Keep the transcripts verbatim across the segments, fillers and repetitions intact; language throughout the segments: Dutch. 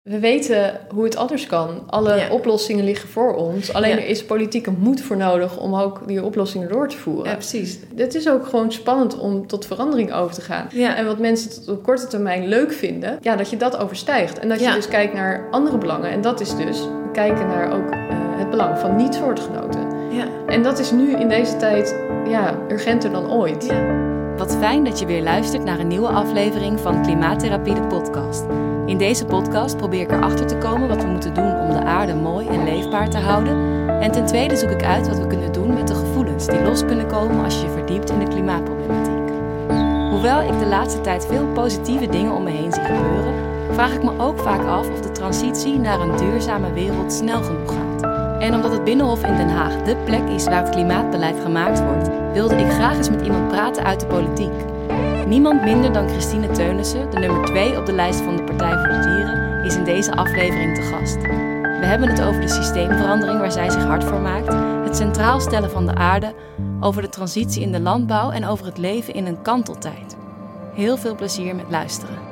We weten hoe het anders kan. Alle ja. oplossingen liggen voor ons. Alleen ja. er is politieke moed voor nodig om ook die oplossingen door te voeren. Ja, precies. Het is ook gewoon spannend om tot verandering over te gaan. Ja. En wat mensen tot op korte termijn leuk vinden, ja, dat je dat overstijgt. En dat je ja. dus kijkt naar andere belangen. En dat is dus kijken naar ook uh, het belang van niet-soortgenoten. Ja. En dat is nu in deze tijd ja, urgenter dan ooit. Ja. Wat fijn dat je weer luistert naar een nieuwe aflevering van Klimaattherapie de podcast. In deze podcast probeer ik erachter te komen wat we moeten doen om de aarde mooi en leefbaar te houden. En ten tweede zoek ik uit wat we kunnen doen met de gevoelens die los kunnen komen als je je verdiept in de klimaatproblematiek. Hoewel ik de laatste tijd veel positieve dingen om me heen zie gebeuren, vraag ik me ook vaak af of de transitie naar een duurzame wereld snel genoeg gaat. En omdat het Binnenhof in Den Haag dé plek is waar het klimaatbeleid gemaakt wordt, wilde ik graag eens met iemand praten uit de politiek. Niemand minder dan Christine Teunissen, de nummer twee op de lijst van de Partij voor de Dieren, is in deze aflevering te gast. We hebben het over de systeemverandering waar zij zich hard voor maakt, het centraal stellen van de aarde, over de transitie in de landbouw en over het leven in een kanteltijd. Heel veel plezier met luisteren.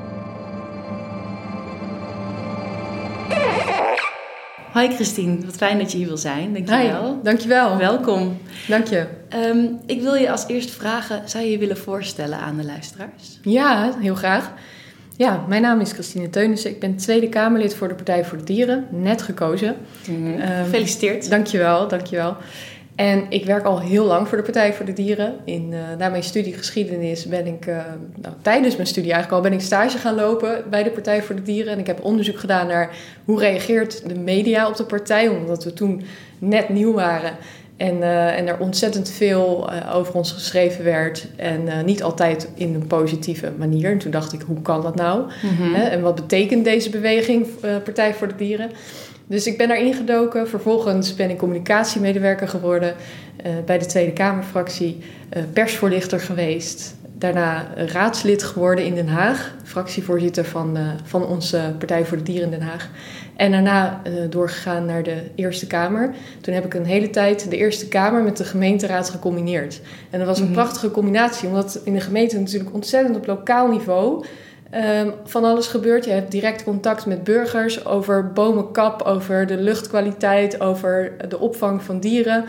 Hoi Christine, wat fijn dat je hier wil zijn. Dankjewel. Hi, dankjewel. Welkom. Dank je. Um, ik wil je als eerst vragen, zou je je willen voorstellen aan de luisteraars? Ja, heel graag. Ja, mijn naam is Christine Teunissen. Ik ben Tweede Kamerlid voor de Partij voor de Dieren, net gekozen. Mm-hmm. Um, Gefeliciteerd. Dankjewel, dankjewel. En ik werk al heel lang voor de Partij voor de Dieren. In, uh, na mijn studie geschiedenis ben ik, uh, nou, tijdens mijn studie eigenlijk al, ben ik stage gaan lopen bij de Partij voor de Dieren. En ik heb onderzoek gedaan naar hoe reageert de media op de partij, omdat we toen net nieuw waren. En, uh, en er ontzettend veel uh, over ons geschreven werd. En uh, niet altijd in een positieve manier. En toen dacht ik, hoe kan dat nou? Mm-hmm. Hè? En wat betekent deze beweging, uh, Partij voor de Dieren? Dus ik ben daar ingedoken. Vervolgens ben ik communicatiemedewerker geworden uh, bij de Tweede Kamerfractie. Uh, persvoorlichter geweest. Daarna raadslid geworden in Den Haag. Fractievoorzitter van, uh, van onze Partij voor de Dieren in Den Haag. En daarna uh, doorgegaan naar de Eerste Kamer. Toen heb ik een hele tijd de Eerste Kamer met de gemeenteraad gecombineerd. En dat was een mm-hmm. prachtige combinatie. Omdat in de gemeente natuurlijk ontzettend op lokaal niveau Um, van alles gebeurt. Je hebt direct contact met burgers over bomenkap, over de luchtkwaliteit, over de opvang van dieren.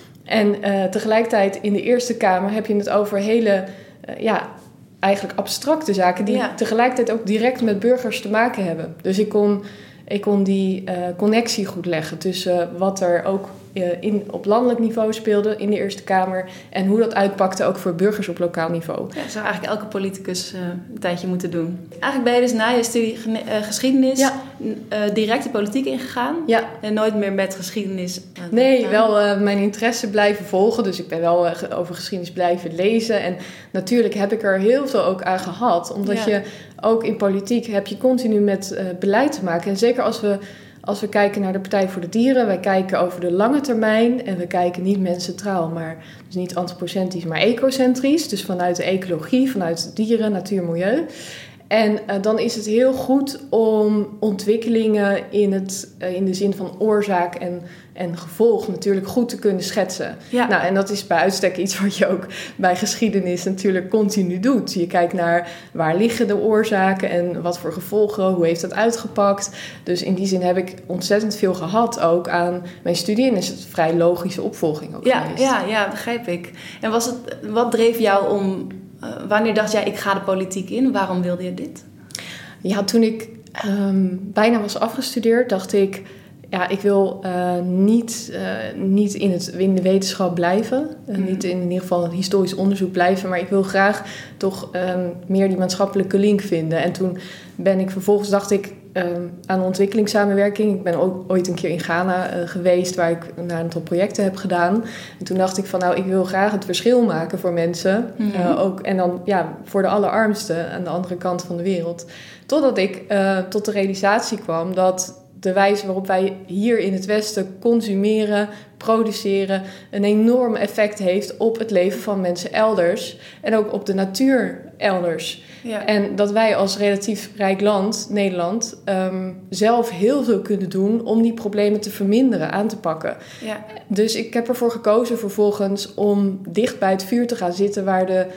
En uh, tegelijkertijd in de Eerste Kamer heb je het over hele, uh, ja, eigenlijk abstracte zaken die ja. tegelijkertijd ook direct met burgers te maken hebben. Dus ik kon, ik kon die uh, connectie goed leggen tussen uh, wat er ook In, op landelijk niveau speelde in de Eerste Kamer en hoe dat uitpakte ook voor burgers op lokaal niveau. Ja, dat zou eigenlijk elke politicus uh, een tijdje moeten doen. Eigenlijk ben je dus na je studie uh, geschiedenis ja. uh, direct de politiek ingegaan ja. en nooit meer met geschiedenis. Uh, nee, uh, wel uh, mijn interesse blijven volgen, dus ik ben wel uh, over geschiedenis blijven lezen en natuurlijk heb ik er heel veel ook aan gehad, omdat ja. je ook in politiek heb je continu met uh, beleid te maken en zeker als we Als we kijken naar de Partij voor de Dieren, wij kijken over de lange termijn en we kijken niet menscentraal, maar dus niet antropocentrisch, maar ecocentrisch. Dus vanuit de ecologie, vanuit dieren, natuur, milieu. En uh, dan is het heel goed om ontwikkelingen in, het, uh, in de zin van oorzaak en, en gevolg natuurlijk goed te kunnen schetsen. Ja. Nou, en dat is bij uitstek iets wat je ook bij geschiedenis natuurlijk continu doet. Je kijkt naar waar liggen de oorzaken en wat voor gevolgen, hoe heeft dat uitgepakt. Dus in die zin heb ik ontzettend veel gehad ook aan mijn studie en is het een vrij logische opvolging ook ja, geweest. Ja, ja, begrijp ik. En was het, wat dreef jou om... Uh, wanneer dacht jij, ik ga de politiek in? Waarom wilde je dit? Ja, toen ik um, bijna was afgestudeerd, dacht ik... Ja, ik wil uh, niet, uh, niet in, het, in de wetenschap blijven. Uh, mm. Niet in, in ieder geval het historisch onderzoek blijven. Maar ik wil graag toch um, meer die maatschappelijke link vinden. En toen ben ik vervolgens, dacht ik... Um, aan ontwikkelingssamenwerking. Ik ben ook ooit een keer in Ghana uh, geweest... waar ik een aantal projecten heb gedaan. En toen dacht ik van, nou, ik wil graag het verschil maken voor mensen. Mm-hmm. Uh, ook, en dan ja, voor de allerarmsten aan de andere kant van de wereld. Totdat ik uh, tot de realisatie kwam dat de wijze waarop wij hier in het Westen consumeren, produceren, een enorm effect heeft op het leven van mensen elders. En ook op de natuur elders. Ja. En dat wij als relatief rijk land, Nederland, um, zelf heel veel kunnen doen om die problemen te verminderen, aan te pakken. Ja. Dus ik heb ervoor gekozen vervolgens om dicht bij het vuur te gaan zitten waar de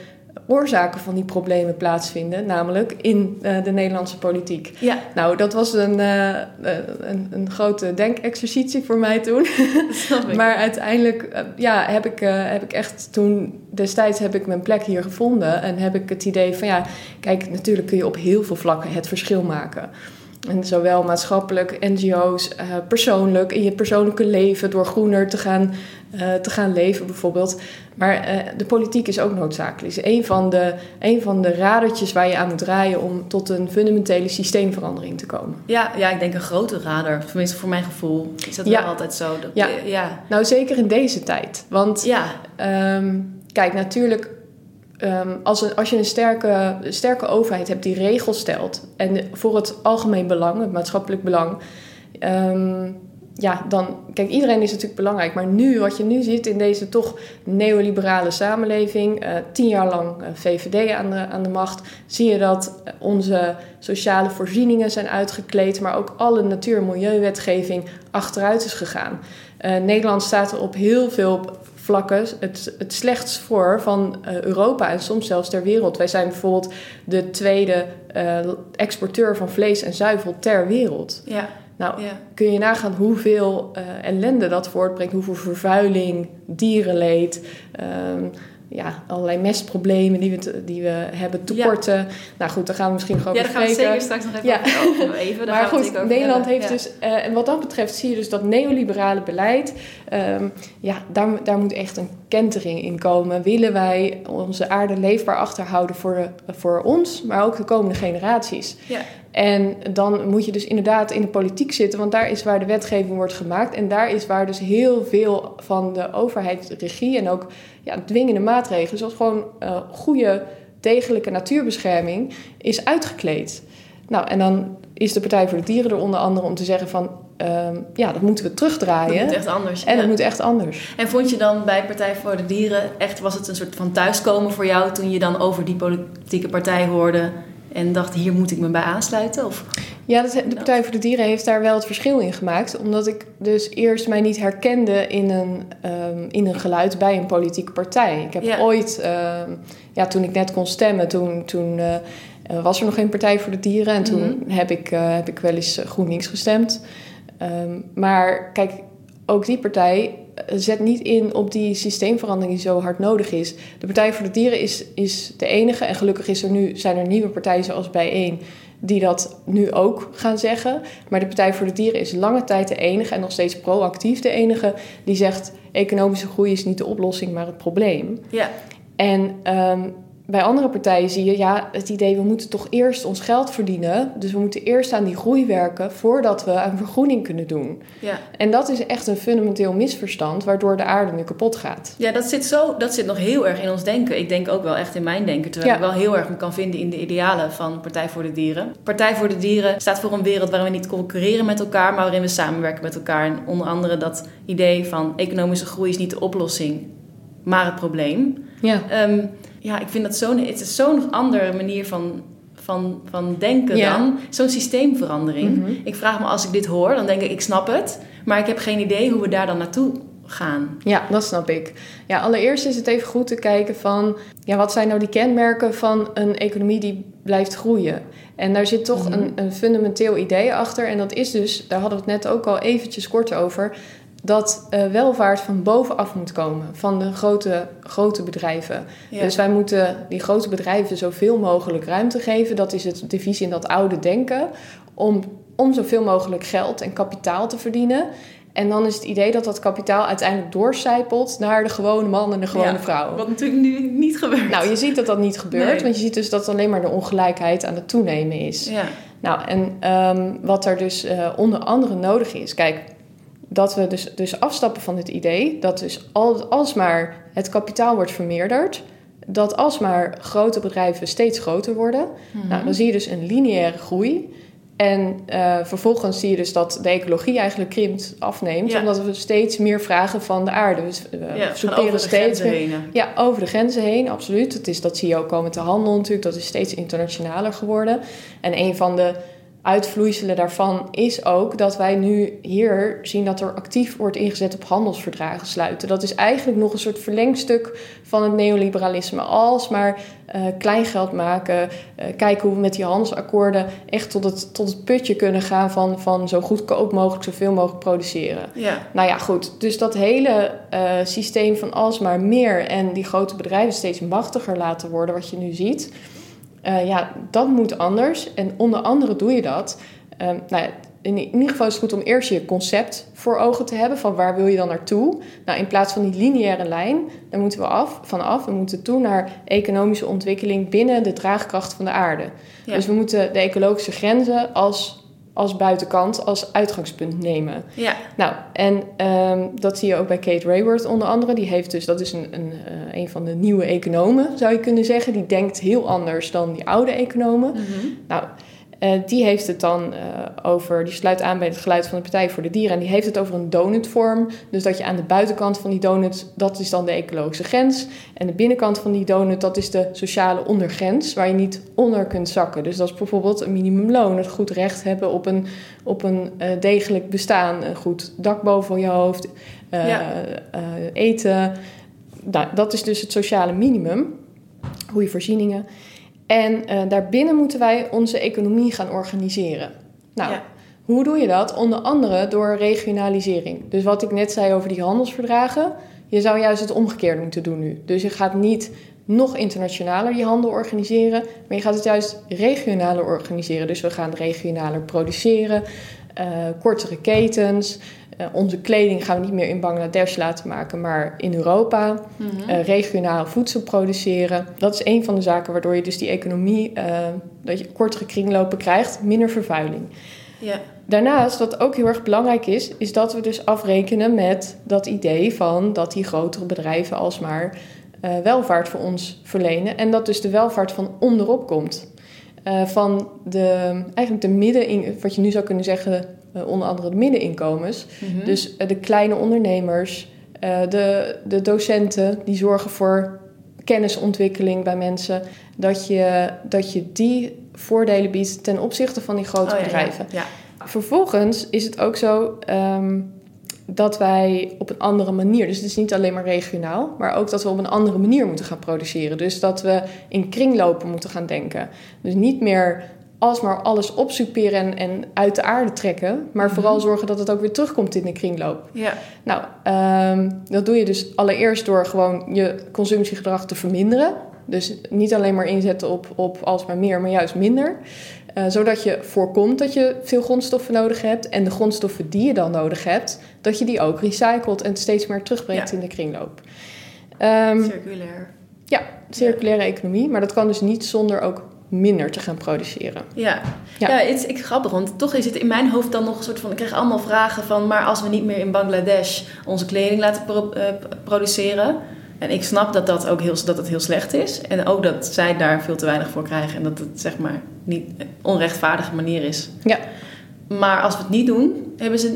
oorzaken van die problemen plaatsvinden, namelijk in uh, de Nederlandse politiek. Ja. Nou, dat was een, uh, een, een grote denkexercitie voor mij toen. Dat snap ik. Maar uiteindelijk uh, ja, heb, ik, uh, heb ik echt toen, destijds heb ik mijn plek hier gevonden en heb ik het idee van ja, kijk, natuurlijk kun je op heel veel vlakken het verschil maken. En zowel maatschappelijk, N G O's, uh, persoonlijk, in je persoonlijke leven, door groener te gaan, uh, te gaan leven bijvoorbeeld. Maar uh, de politiek is ook noodzakelijk. Het is een van, de, een van de radertjes waar je aan moet draaien om tot een fundamentele systeemverandering te komen. Ja, ja, ik denk een grote rader. Tenminste, voor mijn gevoel is dat ja. wel altijd zo. Dat, ja. ja, nou zeker in deze tijd. Want ja. um, kijk, natuurlijk... Um, als, een, als je een sterke, sterke overheid hebt die regels stelt en voor het algemeen belang, het maatschappelijk belang, um, ja, dan, kijk, iedereen is natuurlijk belangrijk, maar nu, wat je nu ziet in deze toch neoliberale samenleving, uh, tien jaar lang uh, V V D aan de, aan de macht, zie je dat onze sociale voorzieningen zijn uitgekleed, maar ook alle natuur- en milieuwetgeving achteruit is gegaan. Uh, Nederland staat er op heel veel vlakken het, het slechtst voor van uh, Europa en soms zelfs ter wereld. Wij zijn bijvoorbeeld de tweede uh, exporteur van vlees en zuivel ter wereld. Ja. Nou, ja. kun je nagaan hoeveel uh, ellende dat voortbrengt, hoeveel vervuiling, dierenleed, um, ja, allerlei mestproblemen die we, te, die we hebben, tekorten. Ja. Nou goed, daar gaan we misschien nog over ja, daar spreken. gaan we zeker straks nog even ja. over. Even, maar goed, over Nederland hebben. heeft ja. dus... Uh, en wat dat betreft zie je dus dat neoliberale beleid... Um, ja, daar, daar moet echt een kentering in komen. Willen wij onze aarde leefbaar achterhouden voor, de, voor ons, maar ook de komende generaties. Ja. En dan moet je dus inderdaad in de politiek zitten, want daar is waar de wetgeving wordt gemaakt. En daar is waar dus heel veel van de overheid, regie en ook ja, dwingende maatregelen, zoals gewoon uh, goede, degelijke natuurbescherming, is uitgekleed. Nou, en dan is de Partij voor de Dieren er onder andere om te zeggen van, um, ja, dat moeten we terugdraaien. Dat moet echt anders. En ja. dat moet echt anders. En vond je dan bij Partij voor de Dieren, echt was het een soort van thuiskomen voor jou toen je dan over die politieke partij hoorde en dacht, hier moet ik me bij aansluiten? Of? Ja, dat, de Partij voor de Dieren heeft daar wel het verschil in gemaakt. Omdat ik dus eerst mij niet herkende in een, um, in een geluid bij een politieke partij. Ik heb ja. ooit, um, ja, toen ik net kon stemmen, toen, toen uh, was er nog geen Partij voor de Dieren. En toen mm-hmm. heb, ik, uh, heb ik wel eens GroenLinks gestemd. Um, maar kijk, ook die partij zet niet in op die systeemverandering die zo hard nodig is. De Partij voor de Dieren is, is de enige, en gelukkig is er nu, zijn er nieuwe partijen zoals Bijeen die dat nu ook gaan zeggen. Maar de Partij voor de Dieren is lange tijd de enige en nog steeds proactief de enige die zegt, economische groei is niet de oplossing, maar het probleem. Ja. En um, bij andere partijen zie je ja, het idee, we moeten toch eerst ons geld verdienen. Dus we moeten eerst aan die groei werken voordat we aan vergroening kunnen doen. Ja. En dat is echt een fundamenteel misverstand, waardoor de aarde nu kapot gaat. Ja, dat zit, zo, dat zit nog heel erg in ons denken. Ik denk ook wel echt in mijn denken, terwijl ja. ik wel heel erg me kan vinden in de idealen van Partij voor de Dieren. Partij voor de Dieren staat voor een wereld waarin we niet concurreren met elkaar, maar waarin we samenwerken met elkaar. En onder andere dat idee van economische groei is niet de oplossing, maar het probleem. Ja. Um, Ja, ik vind dat zo'n, het is zo'n andere manier van, van, van denken ja. dan. Zo'n systeemverandering. Mm-hmm. Ik vraag me, als ik dit hoor, dan denk ik, ik snap het. Maar ik heb geen idee hoe we daar dan naartoe gaan. Ja, dat snap ik. Ja, allereerst is het even goed te kijken van, ja, wat zijn nou die kenmerken van een economie die blijft groeien? En daar zit toch mm-hmm. een, een fundamenteel idee achter. En dat is dus, daar hadden we het net ook al eventjes kort over, dat uh, welvaart van bovenaf moet komen, van de grote, grote bedrijven. Ja. Dus wij moeten die grote bedrijven zoveel mogelijk ruimte geven. Dat is het, de visie in dat oude denken, om, om zoveel mogelijk geld en kapitaal te verdienen. En dan is het idee dat dat kapitaal uiteindelijk doorcijpelt naar de gewone man en de gewone ja, vrouw. Wat natuurlijk nu niet gebeurt. Nou, je ziet dat dat niet gebeurt, nee. want je ziet dus dat alleen maar de ongelijkheid aan het toenemen is. Ja. Nou, en um, wat er dus uh, onder andere nodig is, kijk, dat we dus, dus afstappen van het idee dat dus al, alsmaar het kapitaal wordt vermeerderd, dat alsmaar grote bedrijven steeds groter worden. Mm-hmm. Nou, dan zie je dus een lineaire groei. En uh, vervolgens zie je dus dat de ecologie eigenlijk krimpt, afneemt, ja. omdat we steeds meer vragen van de aarde. Dus we ja, soeperen steeds meer. Heen. Ja, over de grenzen heen, absoluut. Het is, dat zie je ook al met de handel natuurlijk. Dat is steeds internationaler geworden. En een van de uitvloeiselen daarvan is ook dat wij nu hier zien dat er actief wordt ingezet op handelsverdragen sluiten. Dat is eigenlijk nog een soort verlengstuk van het neoliberalisme. Alsmaar uh, kleingeld maken, uh, kijken hoe we met die handelsakkoorden echt tot het, tot het putje kunnen gaan van, van zo goedkoop mogelijk, zoveel mogelijk produceren. Ja. Nou ja, goed. Dus dat hele uh, systeem van alsmaar meer en die grote bedrijven steeds machtiger laten worden, wat je nu ziet. Uh, ja, dat moet anders. En onder andere doe je dat. Um, nou ja, in ieder geval is het goed om eerst je concept voor ogen te hebben. Van waar wil je dan naartoe? Nou, in plaats van die lineaire lijn, daar moeten we af, vanaf. We moeten toe naar economische ontwikkeling binnen de draagkracht van de aarde. Ja. Dus we moeten de ecologische grenzen als, als buitenkant, als uitgangspunt nemen. Ja. Nou, en um, dat zie je ook bij Kate Raworth onder andere. Die heeft dus, dat is een, een, uh, een van de nieuwe economen, zou je kunnen zeggen. Die denkt heel anders dan die oude economen. Mm-hmm. Nou, uh, die heeft het dan uh, over, die sluit aan bij het geluid van de Partij voor de Dieren. En die heeft het over een donutvorm. Dus dat je aan de buitenkant van die donut, dat is dan de ecologische grens. En de binnenkant van die donut, dat is de sociale ondergrens, waar je niet onder kunt zakken. Dus dat is bijvoorbeeld een minimumloon, het goed recht hebben op een, op een uh, degelijk bestaan, een goed dak boven je hoofd, uh, ja. uh, eten. Nou, dat is dus het sociale minimum, goede voorzieningen. En uh, daarbinnen moeten wij onze economie gaan organiseren. Nou, ja. Hoe doe je dat? Onder andere door regionalisering. Dus wat ik net zei over die handelsverdragen, je zou juist het omgekeerde moeten doen nu. Dus je gaat niet nog internationaler die handel organiseren, maar je gaat het juist regionaler organiseren. Dus we gaan regionaler produceren, uh, kortere ketens. Uh, onze kleding gaan we niet meer in Bangladesh laten maken, maar in Europa. Mm-hmm. Uh, regionaal voedsel produceren. Dat is een van de zaken waardoor je dus die economie, uh, dat je kortere kringlopen krijgt, minder vervuiling. Ja. Daarnaast, wat ook heel erg belangrijk is, is dat we dus afrekenen met dat idee van dat die grotere bedrijven alsmaar uh, welvaart voor ons verlenen. En dat dus de welvaart van onderop komt. Uh, van de, eigenlijk de midden, wat je nu zou kunnen zeggen, uh, onder andere de middeninkomens. Mm-hmm. Dus uh, de kleine ondernemers, uh, de, de docenten die zorgen voor kennisontwikkeling bij mensen. Dat je, dat je die voordelen biedt ten opzichte van die grote oh, ja, bedrijven. Ja, ja. Vervolgens is het ook zo um, dat wij op een andere manier, dus het is niet alleen maar regionaal, maar ook dat we op een andere manier moeten gaan produceren. Dus dat we in kringlopen moeten gaan denken. Dus niet meer alsmaar alles opsuperen en, en uit de aarde trekken, maar mm-hmm. vooral zorgen dat het ook weer terugkomt in de kringloop. Ja. Nou, um, dat doe je dus allereerst door gewoon je consumptiegedrag te verminderen. Dus niet alleen maar inzetten op, op alsmaar meer, maar juist minder. Uh, zodat je voorkomt dat je veel grondstoffen nodig hebt. En de grondstoffen die je dan nodig hebt, dat je die ook recycelt en steeds meer terugbrengt ja. in de kringloop. Um, circulair. Ja, circulaire ja. economie. Maar dat kan dus niet zonder ook minder te gaan produceren. Ja, ja. ja het is ik, grappig, want toch is het in mijn hoofd dan nog een soort van, ik krijg allemaal vragen van, maar als we niet meer in Bangladesh onze kleding laten pro- uh, produceren. En ik snap dat dat ook heel, dat het heel slecht is. En ook dat zij daar veel te weinig voor krijgen. En dat het zeg maar niet een onrechtvaardige manier is. Ja. Maar als we het niet doen, hebben ze,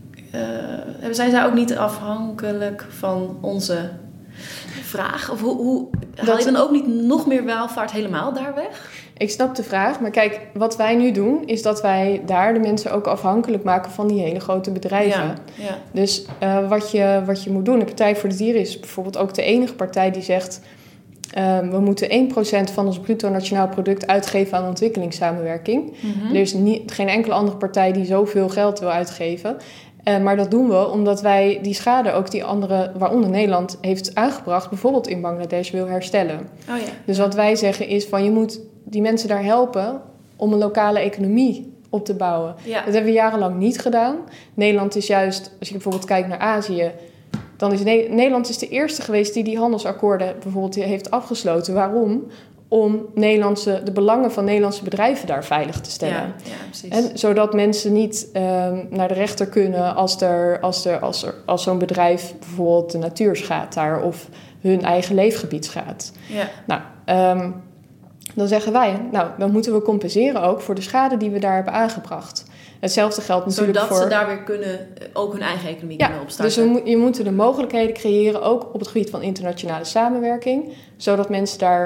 uh, zijn zij ook niet afhankelijk van onze vraag? Of hoe, hoe haal dat, je dan ook niet nog meer welvaart helemaal daar weg? Ik snap de vraag, maar kijk, wat wij nu doen is dat wij daar de mensen ook afhankelijk maken van die hele grote bedrijven. Ja, ja. Dus uh, wat, je, wat je moet doen, de Partij voor de Dieren is bijvoorbeeld ook de enige partij die zegt, uh, we moeten één procent van ons bruto nationaal product uitgeven aan ontwikkelingssamenwerking. Mm-hmm. Er is niet, geen enkele andere partij die zoveel geld wil uitgeven. Uh, maar dat doen we omdat wij die schade ook die andere, waaronder Nederland heeft aangebracht, bijvoorbeeld in Bangladesh, wil herstellen. Oh ja. Dus wat wij zeggen is van je moet die mensen daar helpen om een lokale economie op te bouwen. Ja. Dat hebben we jarenlang niet gedaan. Nederland is juist, als je bijvoorbeeld kijkt naar Azië, dan is Ne- Nederland is de eerste geweest die die handelsakkoorden bijvoorbeeld heeft afgesloten. Waarom? Om Nederlandse, de belangen van Nederlandse bedrijven daar veilig te stellen. Ja, ja, precies. En zodat mensen niet um, naar de rechter kunnen als, er, als, er, als, er, als zo'n bedrijf bijvoorbeeld de natuur schaadt daar of hun eigen leefgebied schaadt. Ja. Nou, um, dan zeggen wij, nou, dan moeten we compenseren ook voor de schade die we daar hebben aangebracht. Hetzelfde geldt natuurlijk Zodat voor... Zodat ze daar weer kunnen, ook hun eigen economie ja, kunnen opstarten. Dus we mo- je moet de mogelijkheden creëren, ook op het gebied van internationale samenwerking, zodat mensen daar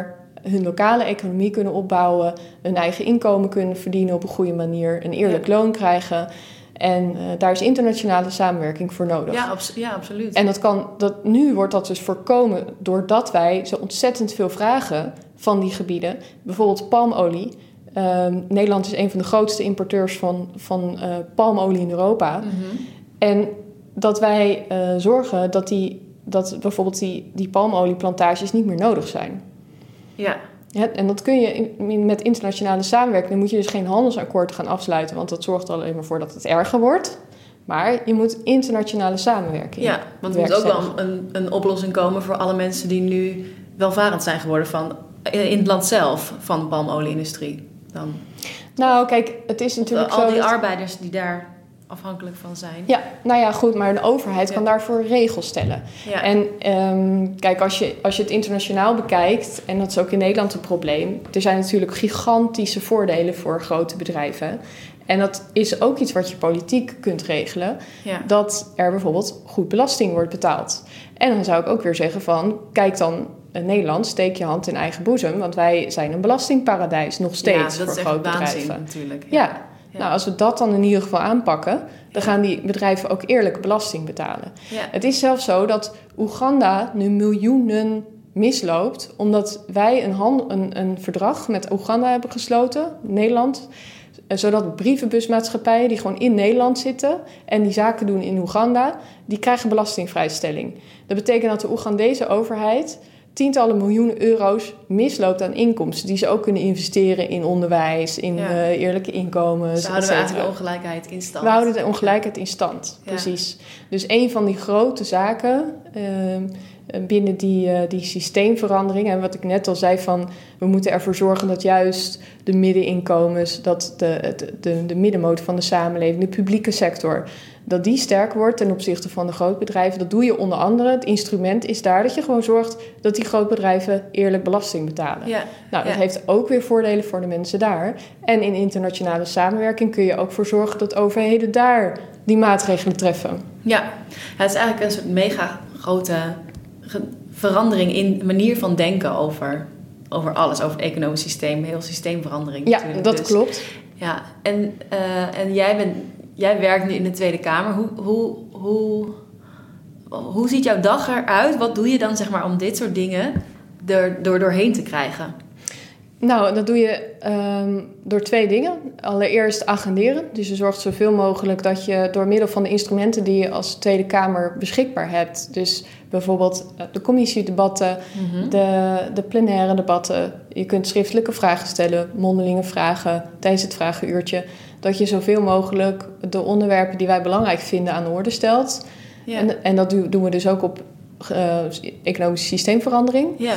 hun lokale economie kunnen opbouwen, hun eigen inkomen kunnen verdienen op een goede manier, een eerlijk ja. loon krijgen. En uh, daar is internationale samenwerking voor nodig. Ja, abs- ja, absoluut. En dat kan, dat, nu wordt dat dus voorkomen doordat wij zo ontzettend veel vragen van die gebieden. Bijvoorbeeld palmolie. Uh, Nederland is een van de grootste importeurs van, van uh, palmolie in Europa. Mm-hmm. En dat wij uh, zorgen dat, die, dat bijvoorbeeld die, die palmolieplantages niet meer nodig zijn. Ja. Ja, en dat kun je in, met internationale samenwerking. Dan moet je dus geen handelsakkoord gaan afsluiten, want dat zorgt er alleen maar voor dat het erger wordt. Maar je moet internationale samenwerking. Ja, want er moet ook wel een, een oplossing komen voor alle mensen die nu welvarend zijn geworden van, in het land zelf van de palmolie-industrie. Dan. Nou, kijk, het is natuurlijk al zo... Al die dat... arbeiders die daar afhankelijk van zijn. Ja, nou ja, goed, maar een overheid ja. kan daarvoor regels stellen. Ja. En um, kijk, als je, als je het internationaal bekijkt, en dat is ook in Nederland een probleem, er zijn natuurlijk gigantische voordelen voor grote bedrijven. En dat is ook iets wat je politiek kunt regelen, ja. dat er bijvoorbeeld goed belasting wordt betaald. En dan zou ik ook weer zeggen van, kijk dan Nederland, steek je hand in eigen boezem, want wij zijn een belastingparadijs nog steeds ja, voor grote bedrijven. Natuurlijk. Ja. ja. Ja. Nou, als we dat dan in ieder geval aanpakken, dan gaan die bedrijven ook eerlijke belasting betalen. Ja. Het is zelfs zo dat Oeganda nu miljoenen misloopt, omdat wij een, hand, een, een verdrag met Oeganda hebben gesloten, Nederland, zodat brievenbusmaatschappijen die gewoon in Nederland zitten en die zaken doen in Oeganda, die krijgen belastingvrijstelling. Dat betekent dat de Oegandese overheid tientallen miljoenen euro's misloopt aan inkomsten die ze ook kunnen investeren in onderwijs, in ja. uh, eerlijke inkomens. Dus houden we eigenlijk de ongelijkheid in stand. We houden de ongelijkheid in stand, ja. precies. Dus een van die grote zaken uh, binnen die, uh, die systeemverandering, en wat ik net al zei van, we moeten ervoor zorgen dat juist de middeninkomens, dat de, de, de, de middenmoot van de samenleving, de publieke sector, dat die sterk wordt ten opzichte van de grootbedrijven. Dat doe je onder andere. Het instrument is daar dat je gewoon zorgt dat die grootbedrijven eerlijk belasting betalen. Ja, nou, dat ja. heeft ook weer voordelen voor de mensen daar. En in internationale samenwerking kun je ook voor zorgen dat overheden daar die maatregelen treffen. Ja, het is eigenlijk een soort mega grote verandering in de manier van denken over, over alles. Over het economisch systeem, heel systeemverandering. Ja, dat dus, klopt. Ja, en, uh, en jij bent... Jij werkt nu in de Tweede Kamer. Hoe, hoe, hoe, hoe ziet jouw dag eruit? Wat doe je dan zeg maar, om dit soort dingen er door doorheen te krijgen? Nou, dat doe je um, door twee dingen. Allereerst agenderen. Dus je zorgt zoveel mogelijk dat je door middel van de instrumenten die je als Tweede Kamer beschikbaar hebt. Dus bijvoorbeeld de commissiedebatten, mm-hmm. de, de plenaire debatten. Je kunt schriftelijke vragen stellen, mondelinge vragen tijdens het vragenuurtje. Dat je zoveel mogelijk de onderwerpen die wij belangrijk vinden aan de orde stelt. Ja. En, en dat doen we dus ook op uh, economische systeemverandering. Ja.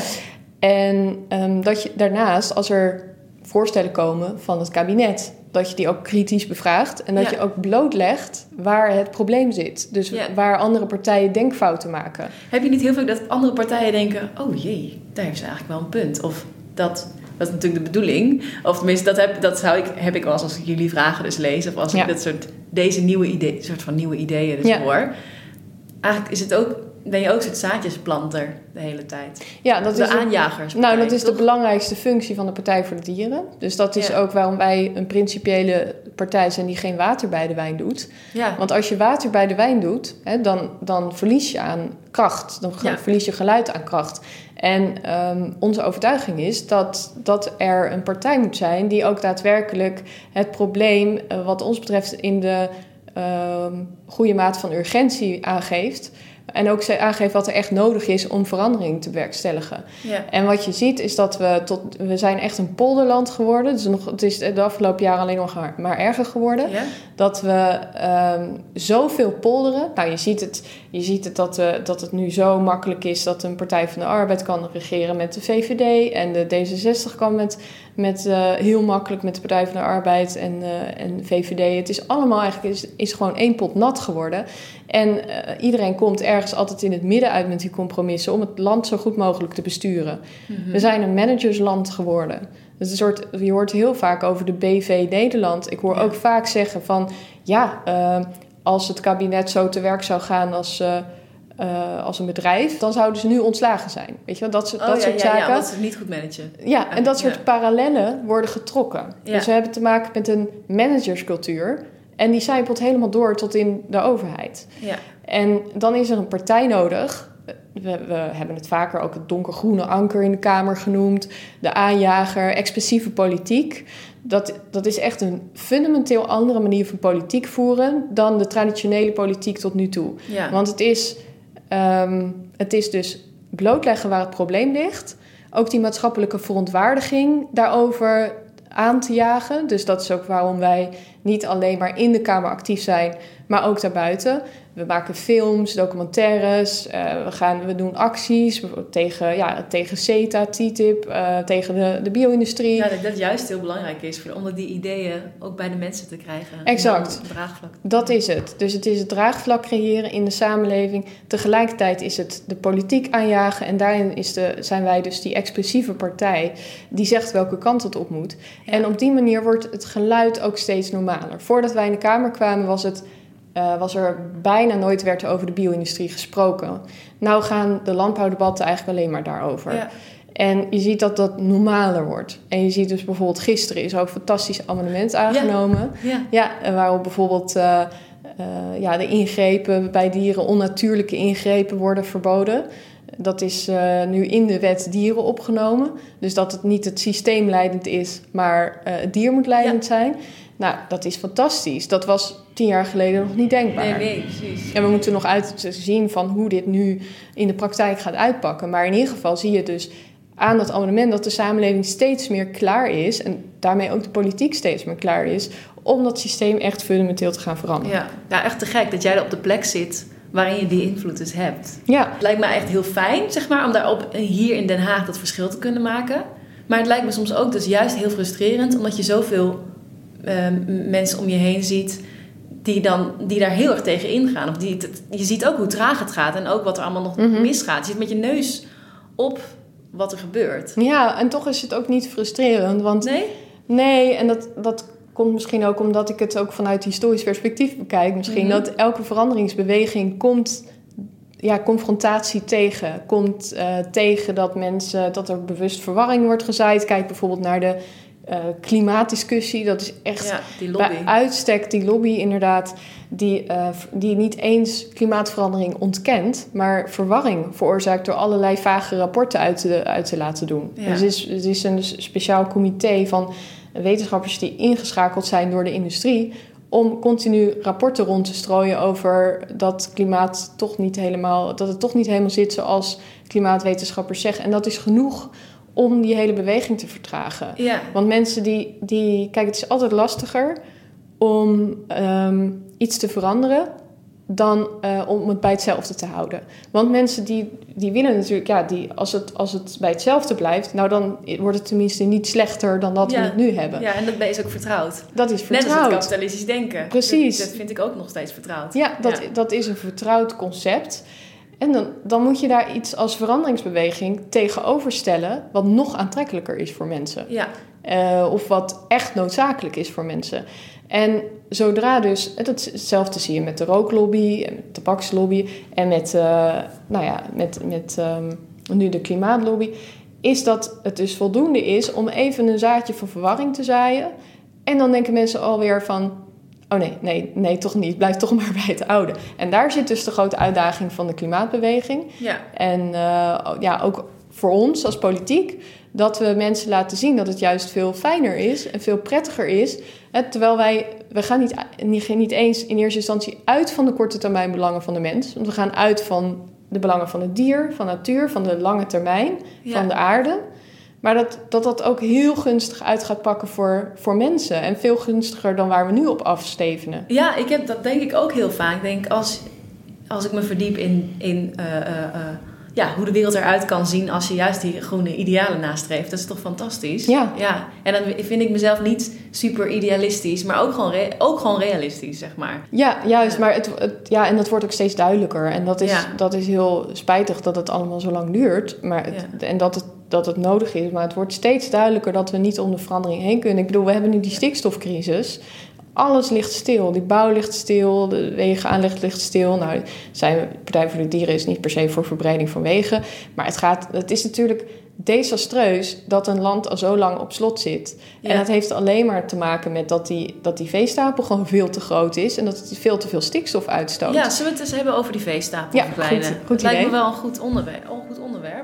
En um, dat je daarnaast, als er voorstellen komen van het kabinet, dat je die ook kritisch bevraagt. En dat ja. je ook blootlegt waar het probleem zit. Dus ja. waar andere partijen denkfouten maken. Heb je niet heel veel dat andere partijen denken, oh jee, daar heeft ze eigenlijk wel een punt. Of dat... Dat is natuurlijk de bedoeling. Of tenminste, dat heb, dat zou ik, heb ik wel als ik jullie vragen dus lees. Of als ja. ik dat soort, deze nieuwe idee, soort van nieuwe ideeën dus ja. hoor. Eigenlijk is het ook, ben je ook zo'n zaadjesplanter de hele tijd. Ja, dat de is aanjagers. Nou, dat is toch? De belangrijkste functie van de Partij voor de Dieren. Dus dat is ja. ook waarom wij een principiële partij zijn die geen water bij de wijn doet. Ja. Want als je water bij de wijn doet, hè, dan, dan verlies je aan kracht. Dan ja. verlies je geluid aan kracht. En um, onze overtuiging is dat, dat er een partij moet zijn die ook daadwerkelijk het probleem, uh, wat ons betreft, in de uh, goede mate van urgentie aangeeft. En ook aangeeft wat er echt nodig is om verandering te bewerkstelligen. Ja. En wat je ziet is dat we tot... We zijn echt een polderland geworden. Dus nog, het is de afgelopen jaren alleen nog maar, maar erger geworden. Ja. Dat we um, zoveel polderen. Nou, je ziet het, je ziet het dat, uh, dat het nu zo makkelijk is dat een Partij van de Arbeid kan regeren met de V V D. En de D zesenzestig kan met, met uh, heel makkelijk met de Partij van de Arbeid en, uh, en V V D. Het is allemaal eigenlijk is, is gewoon één pot nat geworden. En uh, iedereen komt ergens altijd in het midden uit met die compromissen om het land zo goed mogelijk te besturen. Mm-hmm. We zijn een managersland geworden. Dus een soort, je hoort heel vaak over de B V Nederland. Ik hoor ja. ook vaak zeggen van, ja, uh, als het kabinet zo te werk zou gaan als, uh, uh, als een bedrijf, dan zouden ze nu ontslagen zijn. Weet je wel, dat, oh, dat ja, soort ja, zaken. Ja, dat ze het niet goed managen. Ja, en dat soort ja. parallellen worden getrokken. Ja. Dus we hebben te maken met een managerscultuur. En die zijpelt helemaal door tot in de overheid. Ja. En dan is er een partij nodig. We, we hebben het vaker ook het donkergroene anker in de Kamer genoemd. De aanjager, expressieve politiek. Dat, dat is echt een fundamenteel andere manier van politiek voeren dan de traditionele politiek tot nu toe. Ja. Want het is, um, het is dus blootleggen waar het probleem ligt. Ook die maatschappelijke verontwaardiging daarover aan te jagen. Dus dat is ook waarom wij niet alleen maar in de Kamer actief zijn, maar ook daarbuiten. We maken films, documentaires, uh, we, gaan, we doen acties tegen, ja, tegen CETA, T T I P, uh, tegen de, de bio-industrie. Ja, dat dat juist heel belangrijk is om die ideeën ook bij de mensen te krijgen. Exact. Draagvlak. Dat is het. Dus het is het draagvlak creëren in de samenleving. Tegelijkertijd is het de politiek aanjagen. En daarin is de, zijn wij dus die expressieve partij die zegt welke kant het op moet. Ja. En op die manier wordt het geluid ook steeds normaler. Voordat wij in de Kamer kwamen was het... Uh, was er bijna nooit werd er over de bio-industrie gesproken. Nou gaan de landbouwdebatten eigenlijk alleen maar daarover. Ja. En je ziet dat dat normaler wordt. En je ziet dus bijvoorbeeld gisteren is ook een fantastisch amendement aangenomen. Ja, ja. ja waarop bijvoorbeeld uh, uh, ja, de ingrepen bij dieren, onnatuurlijke ingrepen worden verboden. Dat is uh, nu in de wet dieren opgenomen. Dus dat het niet het systeem leidend is, maar uh, het dier moet leidend ja. zijn. Nou, dat is fantastisch. Dat was tien jaar geleden nog niet denkbaar. Nee, nee, precies. En we moeten nog uitzien van hoe dit nu in de praktijk gaat uitpakken. Maar in ieder geval zie je dus aan dat amendement dat de samenleving steeds meer klaar is... en daarmee ook de politiek steeds meer klaar is... om dat systeem echt fundamenteel te gaan veranderen. Ja, ja echt te gek dat jij er op de plek zit waarin je die invloed dus hebt. Ja. Het lijkt me echt heel fijn, zeg maar, om daar op, hier in Den Haag dat verschil te kunnen maken. Maar het lijkt me soms ook dus juist heel frustrerend... omdat je zoveel uh, mensen om je heen ziet... Die, dan, die daar heel erg tegen ingaan. Of die, je ziet ook hoe traag het gaat en ook wat er allemaal nog mm-hmm. misgaat. Je zit met je neus op wat er gebeurt. Ja, en toch is het ook niet frustrerend. Want nee? Nee, en dat, dat komt misschien ook omdat ik het ook vanuit historisch perspectief bekijk. Misschien mm-hmm. dat elke veranderingsbeweging komt... Ja, confrontatie tegen. Komt uh, tegen dat mensen... dat er bewust verwarring wordt gezaaid. Kijk bijvoorbeeld naar de... Uh, klimaatdiscussie, dat is echt ja, die lobby. Bij uitstek die lobby inderdaad, die, uh, die niet eens klimaatverandering ontkent, maar verwarring veroorzaakt door allerlei vage rapporten uit te, uit te laten doen. Ja. Dus het is, het is een speciaal comité van wetenschappers die ingeschakeld zijn door de industrie om continu rapporten rond te strooien over dat klimaat toch niet helemaal, dat het toch niet helemaal zit zoals klimaatwetenschappers zeggen. En dat is genoeg om die hele beweging te vertragen. Ja. Want mensen die, die... Kijk, het is altijd lastiger om um, iets te veranderen... dan uh, om het bij hetzelfde te houden. Want mensen die, die willen natuurlijk... Ja, die, als, het, als het bij hetzelfde blijft... nou, dan wordt het tenminste niet slechter dan dat ja. we het nu hebben. Ja, en dat is ook vertrouwd. Dat is vertrouwd. Net als het kapitalistisch denken. Precies. Dat, dat vind ik ook nog steeds vertrouwd. Ja, dat, ja. dat is een vertrouwd concept... En dan, dan moet je daar iets als veranderingsbeweging tegenover stellen... wat nog aantrekkelijker is voor mensen. Ja. Uh, of wat echt noodzakelijk is voor mensen. En zodra dus... Hetzelfde zie je met de rooklobby en met de tabakslobby... en met, uh, nou ja, met, met um, nu de klimaatlobby... is dat het dus voldoende is om even een zaadje van verwarring te zaaien... en dan denken mensen alweer van... Oh nee, nee, nee, toch niet. Blijf toch maar bij het oude. En daar zit dus de grote uitdaging van de klimaatbeweging. Ja. En uh, ja, ook voor ons als politiek... dat we mensen laten zien dat het juist veel fijner is... en veel prettiger is. Hè, terwijl wij... We gaan niet, niet, niet eens in eerste instantie uit van de korte termijn belangen van de mens. Want we gaan uit van de belangen van het dier, van de natuur... van de lange termijn, ja. van de aarde... Maar dat, dat dat ook heel gunstig uit gaat pakken voor, voor mensen. En veel gunstiger dan waar we nu op afstevenen. Ja, ik heb, dat denk ik ook heel vaak. Ik denk, als, als ik me verdiep in, in uh, uh, uh, ja, hoe de wereld eruit kan zien... als je juist die groene idealen nastreeft. Dat is toch fantastisch? Ja. ja. En dan vind ik mezelf niet super idealistisch... maar ook gewoon, re- ook gewoon realistisch, zeg maar. Ja, juist. Ja. Maar het, het, ja, en dat wordt ook steeds duidelijker. En dat is, ja. dat is heel spijtig dat het allemaal zo lang duurt. Maar het, ja. En dat het... dat het nodig is. Maar het wordt steeds duidelijker dat we niet om de verandering heen kunnen. Ik bedoel, we hebben nu die stikstofcrisis. alles ligt stil. Die bouw ligt stil, de wegenaanleg ligt stil. Nou, zijn Partij voor de Dieren is niet per se voor verbreding van wegen. Maar het, gaat, het is natuurlijk desastreus dat een land al zo lang op slot zit. Ja. En dat heeft alleen maar te maken met dat die, dat die veestapel gewoon veel te groot is. En dat het veel te veel stikstof uitstoot. Ja, zullen we het eens hebben over die veestapel? Ja, goed, goed Het lijkt idee. me wel een goed onderwerp. Een goed onderwerp.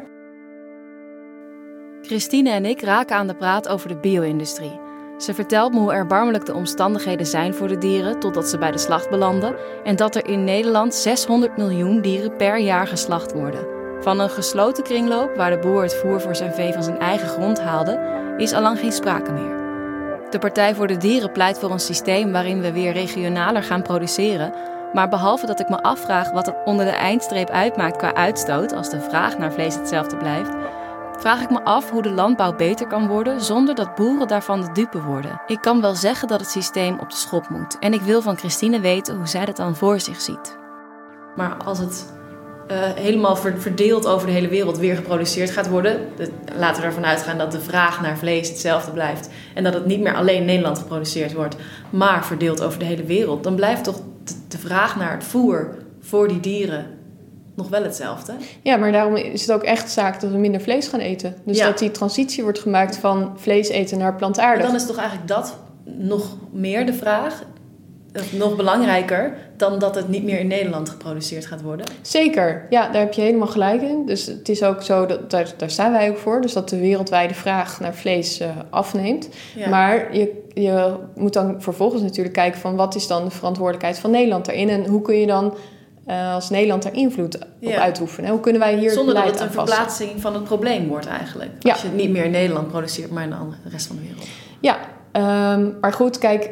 Christine en ik raken aan de praat over de bio-industrie. Ze vertelt me hoe erbarmelijk de omstandigheden zijn voor de dieren totdat ze bij de slacht belanden en dat er in Nederland zeshonderd miljoen dieren per jaar geslacht worden. Van een gesloten kringloop waar de boer het voer voor zijn vee van zijn eigen grond haalde, is allang geen sprake meer. De Partij voor de Dieren pleit voor een systeem waarin we weer regionaler gaan produceren, maar behalve dat ik me afvraag wat het onder de eindstreep uitmaakt qua uitstoot als de vraag naar vlees hetzelfde blijft, vraag ik me af hoe de landbouw beter kan worden zonder dat boeren daarvan de dupe worden. Ik kan wel zeggen dat het systeem op de schop moet. En ik wil van Christine weten hoe zij dat dan voor zich ziet. Maar als het uh, helemaal verdeeld over de hele wereld weer geproduceerd gaat worden, de, laten we ervan uitgaan dat de vraag naar vlees hetzelfde blijft en dat het niet meer alleen in Nederland geproduceerd wordt, maar verdeeld over de hele wereld, dan blijft toch de, de vraag naar het voer voor die dieren nog wel hetzelfde. Ja, maar daarom is het ook echt zaak dat we minder vlees gaan eten. Dus ja. dat die transitie wordt gemaakt van vlees eten naar plantaardig. Maar dan is toch eigenlijk dat nog meer de vraag, of nog belangrijker, dan dat het niet meer in Nederland geproduceerd gaat worden? Zeker, ja, daar heb je helemaal gelijk in. Dus het is ook zo, dat, daar, daar staan wij ook voor. Dus dat de wereldwijde vraag naar vlees uh, afneemt. Ja. Maar je, je moet dan vervolgens natuurlijk kijken van wat is dan de verantwoordelijkheid van Nederland daarin en hoe kun je dan Uh, als Nederland daar invloed op ja. uitoefenen. Hoe kunnen wij hier zonder beleid dat het een aanpassen? verplaatsing van het probleem wordt eigenlijk. Ja. Als je het niet meer in Nederland produceert, maar in de, andere, de rest van de wereld. Ja, um, maar goed, kijk,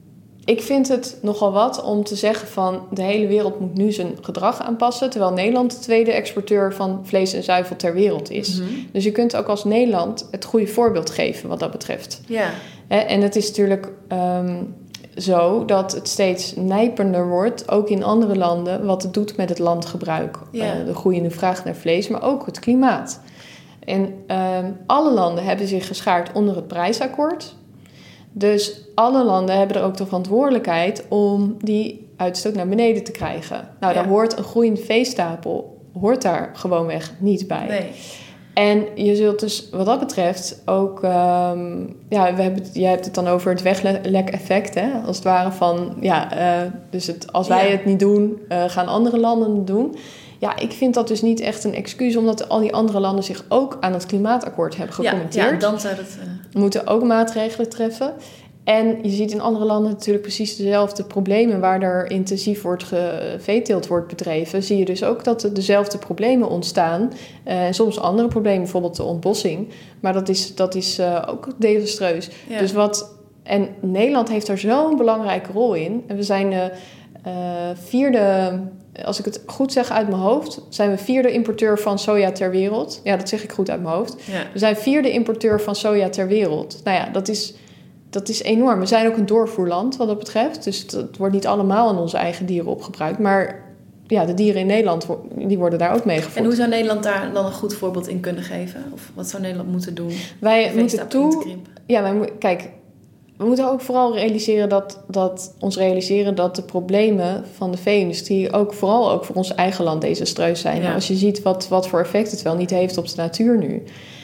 ik vind het nogal wat om te zeggen van de hele wereld moet nu zijn gedrag aanpassen, terwijl Nederland de tweede exporteur van vlees en zuivel ter wereld is. Mm-hmm. Dus je kunt ook als Nederland het goede voorbeeld geven wat dat betreft. Ja. He, en het is natuurlijk Um, zo dat het steeds nijpender wordt, ook in andere landen, wat het doet met het landgebruik. Ja. Uh, de groeiende vraag naar vlees, maar ook het klimaat. En uh, alle landen hebben zich geschaard onder het Parijsakkoord. Dus alle landen hebben er ook de verantwoordelijkheid om die uitstoot naar beneden te krijgen. Nou, ja. daar hoort een groeiende veestapel, hoort daar gewoonweg niet bij. Nee. En je zult dus wat dat betreft ook Um, ja, we hebben het, jij hebt het dan over het weglek-effect, hè? Als het ware van, ja, uh, dus het, als wij ja. het niet doen, uh, gaan andere landen het doen. Ja, ik vind dat dus niet echt een excuus, omdat al die andere landen zich ook aan het klimaatakkoord hebben gecommitteerd. Ja, ja dan zou het Uh... moeten ook maatregelen treffen. En je ziet in andere landen natuurlijk precies dezelfde problemen. Waar er intensief wordt geveeteelt wordt bedreven, zie je dus ook dat er dezelfde problemen ontstaan. Uh, en soms andere problemen, bijvoorbeeld de ontbossing. Maar dat is, dat is uh, ook desastreus. Ja. Dus wat, en Nederland heeft daar zo'n belangrijke rol in. En we zijn uh, uh, vierde, als ik het goed zeg uit mijn hoofd, zijn we vierde importeur van soja ter wereld. Ja, dat zeg ik goed uit mijn hoofd. Ja. We zijn vierde importeur van soja ter wereld. Nou ja, dat is Dat is enorm. We zijn ook een doorvoerland wat dat betreft. Dus het, het wordt niet allemaal aan onze eigen dieren opgebruikt. Maar ja, de dieren in Nederland die worden daar ook mee gevoed. En hoe zou Nederland daar dan een goed voorbeeld in kunnen geven? Of wat zou Nederland moeten doen? Wij moeten toe. Ja, wij mo- kijk, we moeten ook vooral realiseren dat, dat ons realiseren dat de problemen van de vee-industrie ook vooral ook voor ons eigen land desastreus zijn. Ja. Als je ziet wat, wat voor effect het wel niet heeft op de natuur nu.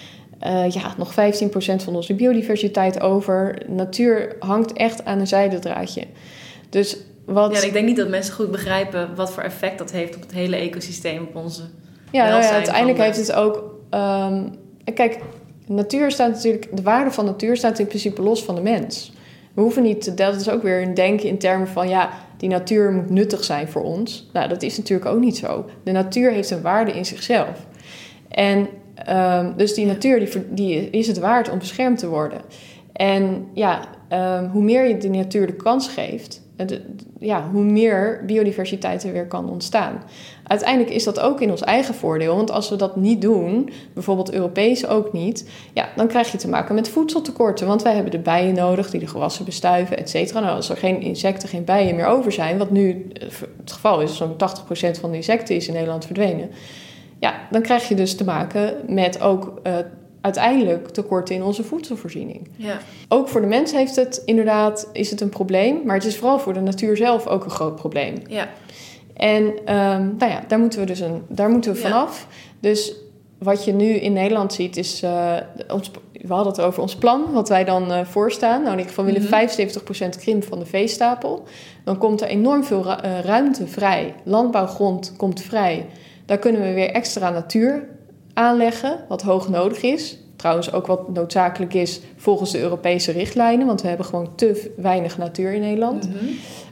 Uh, ja, nog vijftien procent van onze biodiversiteit over. Natuur hangt echt aan een zijdendraadje. Dus wat... Ja, en ik denk niet dat mensen goed begrijpen wat voor effect dat heeft op het hele ecosysteem, op onze Ja, nou ja uiteindelijk de... heeft het ook Um, kijk, natuur staat natuurlijk, de waarde van natuur staat in principe los van de mens. We hoeven niet, dat is ook weer een denken in termen van ja, die natuur moet nuttig zijn voor ons. Nou, dat is natuurlijk ook niet zo. De natuur heeft een waarde in zichzelf. En Um, dus die natuur die, die is het waard om beschermd te worden. En ja, um, hoe meer je de natuur de kans geeft, de, ja, hoe meer biodiversiteit er weer kan ontstaan. Uiteindelijk is dat ook in ons eigen voordeel. Want als we dat niet doen, bijvoorbeeld Europees ook niet, ja, dan krijg je te maken met voedseltekorten. Want wij hebben de bijen nodig die de gewassen bestuiven, et cetera. Nou, als er geen insecten, geen bijen meer over zijn, wat nu het geval is, zo'n tachtig procent van de insecten is in Nederland verdwenen. Ja, dan krijg je dus te maken met ook uh, uiteindelijk tekorten in onze voedselvoorziening. Ja. Ook voor de mens heeft het inderdaad, is het een probleem. Maar het is vooral voor de natuur zelf ook een groot probleem. Ja. En um, nou ja, daar moeten we dus een, daar moeten we Ja. vanaf. Dus wat je nu in Nederland ziet is... Uh, ons, we hadden het over ons plan, wat wij dan uh, voorstaan. Nou, in ieder geval willen Mm-hmm. vijfenzeventig procent krimp van de veestapel. Dan komt er enorm veel ru- uh, ruimte vrij. Landbouwgrond komt vrij. Daar kunnen we weer extra natuur aanleggen, wat hoog nodig is. Trouwens ook wat noodzakelijk is volgens de Europese richtlijnen. Want we hebben gewoon te weinig natuur in Nederland. Mm-hmm.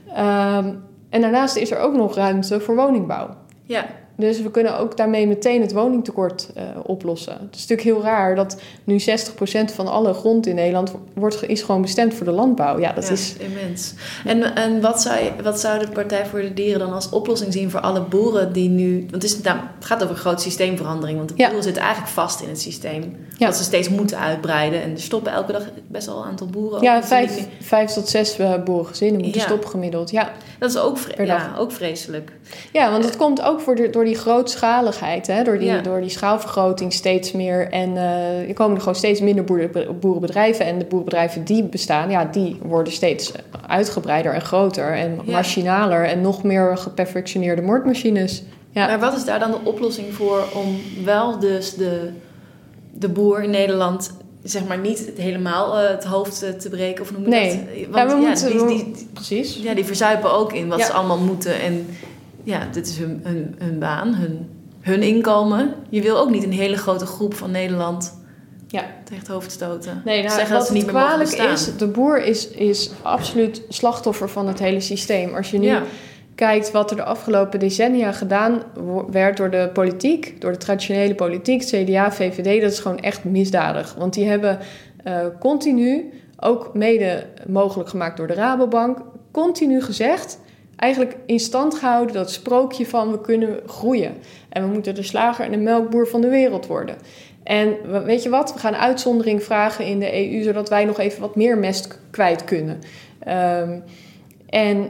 Um, en daarnaast is er ook nog ruimte voor woningbouw. Ja. Dus we kunnen ook daarmee meteen het woningtekort uh, oplossen. Het is natuurlijk heel raar dat nu zestig procent van alle grond in Nederland wordt, is gewoon bestemd voor de landbouw. Ja, dat ja, is immens. En, en wat, zou je, wat zou de Partij voor de Dieren dan als oplossing zien voor alle boeren die nu... Want het, is, nou, het gaat over een grote systeemverandering. Want de Ja. boeren zitten eigenlijk vast in het systeem. Ja. Dat ze steeds moeten uitbreiden. En er stoppen elke dag best wel een aantal boeren. ja, ook. vijf, vijf tot zes uh, boerengezinnen moeten Ja. stoppen gemiddeld. Ja. Dat is ook, vre- Per dag. ja, ook vreselijk. Ja, want dat komt ook voor de, door die grootschaligheid. Hè? Door, die, Ja. door die schaalvergroting steeds meer. En uh, er komen er gewoon steeds minder boeren, boerenbedrijven. En de boerenbedrijven die bestaan, ja, die worden steeds uitgebreider en groter. En Ja. machinaler en nog meer geperfectioneerde moordmachines. Ja. Maar wat is daar dan de oplossing voor om wel dus de, de boer in Nederland... zeg maar niet het helemaal uh, het hoofd uh, te breken? Of noem je Nee. dat? Ja, we ja, moeten... die, we- die, die, precies. ja, die verzuipen ook in wat Ja. ze allemaal moeten. En ja, dit is hun, hun, hun baan, hun, hun inkomen. Je wil ook niet een hele grote groep van Nederland Ja. tegen het hoofd stoten. Nee, nou, zeggen wat dat ze niet het meer mogen kwalijk bestaan. is, de boer is, is absoluut slachtoffer van het hele systeem. Als je nu Ja. kijkt wat er de afgelopen decennia gedaan wo- werd door de politiek, door de traditionele politiek, C D A, V V D, dat is gewoon echt misdadig. Want die hebben uh, continu, ook mede mogelijk gemaakt door de Rabobank, continu gezegd, eigenlijk in stand gehouden dat sprookje van we kunnen groeien. En we moeten de slager en de melkboer van de wereld worden. En we- weet je wat, we gaan uitzondering vragen in de E U, zodat wij nog even wat meer mest k- kwijt kunnen. Um, en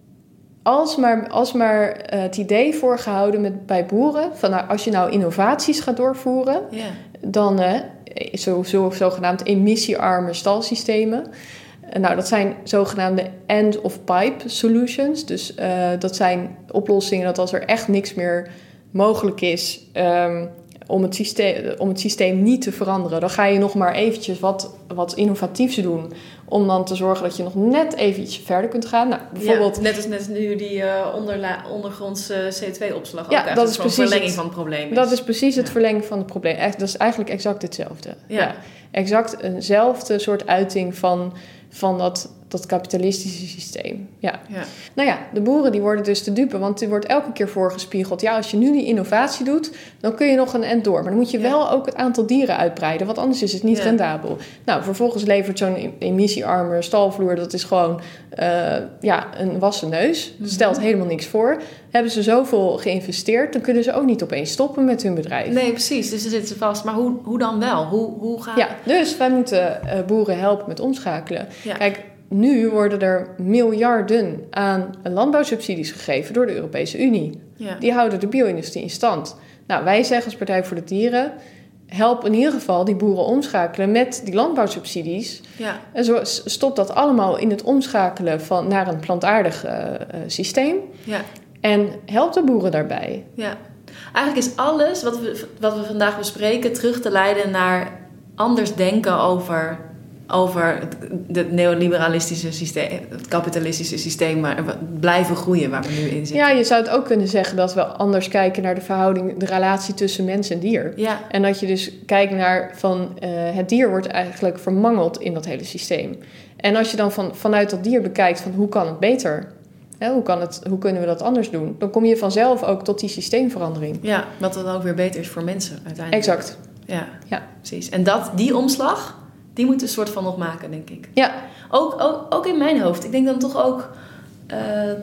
als maar, als maar uh, het idee voorgehouden met, bij boeren, van nou, als je nou innovaties gaat doorvoeren, Ja. dan uh, zo, zo, zogenaamd emissiearme stalsystemen. Uh, nou, dat zijn zogenaamde end-of-pipe solutions. Dus uh, dat zijn oplossingen dat als er echt niks meer mogelijk is um, om, het systeem, om het systeem niet te veranderen, dan ga je nog maar eventjes wat, wat innovatiefs doen om dan te zorgen dat je nog net eventjes verder kunt gaan. Nou, bijvoorbeeld... Ja, net als net als nu die uh, onderla- ondergrondse C O twee opslag. Ja, ook echt dat een is soort precies verlenging het- van het probleem is. Dat is precies het Ja. verlengen van het probleem. Echt, dat is eigenlijk exact hetzelfde. Ja. Ja. Exact eenzelfde soort uiting van, van dat, dat kapitalistische systeem. Ja. Ja. Nou ja, de boeren die worden dus te dupe, want er wordt elke keer voorgespiegeld. Ja, als je nu die innovatie doet, dan kun je nog een end door. Maar dan moet je Ja. wel ook het aantal dieren uitbreiden, want anders is het niet Ja. rendabel. Nou, vervolgens levert zo'n emissiearme stalvloer, dat is gewoon uh, ja, een wassen neus. Mhm. Stelt helemaal niks voor. Hebben ze zoveel geïnvesteerd, dan kunnen ze ook niet opeens stoppen met hun bedrijf. Nee, precies. Dus dan zitten ze vast. Maar hoe, hoe dan wel? Hoe, hoe ga... Ja, dus wij moeten uh, boeren helpen met omschakelen. Ja. Kijk, nu worden er miljarden aan landbouwsubsidies gegeven door de Europese Unie. Ja. Die houden de bio-industrie in stand. Nou, wij zeggen als Partij voor de Dieren, help in ieder geval die boeren omschakelen met die landbouwsubsidies. Ja. En zo stopt dat allemaal in het omschakelen van, naar een plantaardig uh, uh, systeem. Ja. En help de boeren daarbij. Ja. Eigenlijk is alles wat we, wat we vandaag bespreken terug te leiden naar anders denken over, over het, het neoliberalistische systeem, het kapitalistische systeem, maar blijven groeien waar we nu in zitten. Ja, je zou het ook kunnen zeggen dat we anders kijken naar de verhouding, de relatie tussen mens en dier. Ja. En dat je dus kijkt naar van uh, het dier wordt eigenlijk vermangeld in dat hele systeem. En als je dan van, vanuit dat dier bekijkt van hoe kan het beter? Hè, hoe, kan het, hoe kunnen we dat anders doen? Dan kom je vanzelf ook tot die systeemverandering. Ja, wat dan ook weer beter is voor mensen uiteindelijk. Exact. Ja, Ja. precies. En dat, die omslag, die moet een soort van nog maken, denk ik. Ja, Ook, ook, ook in mijn hoofd. Ik denk dan toch ook... Uh,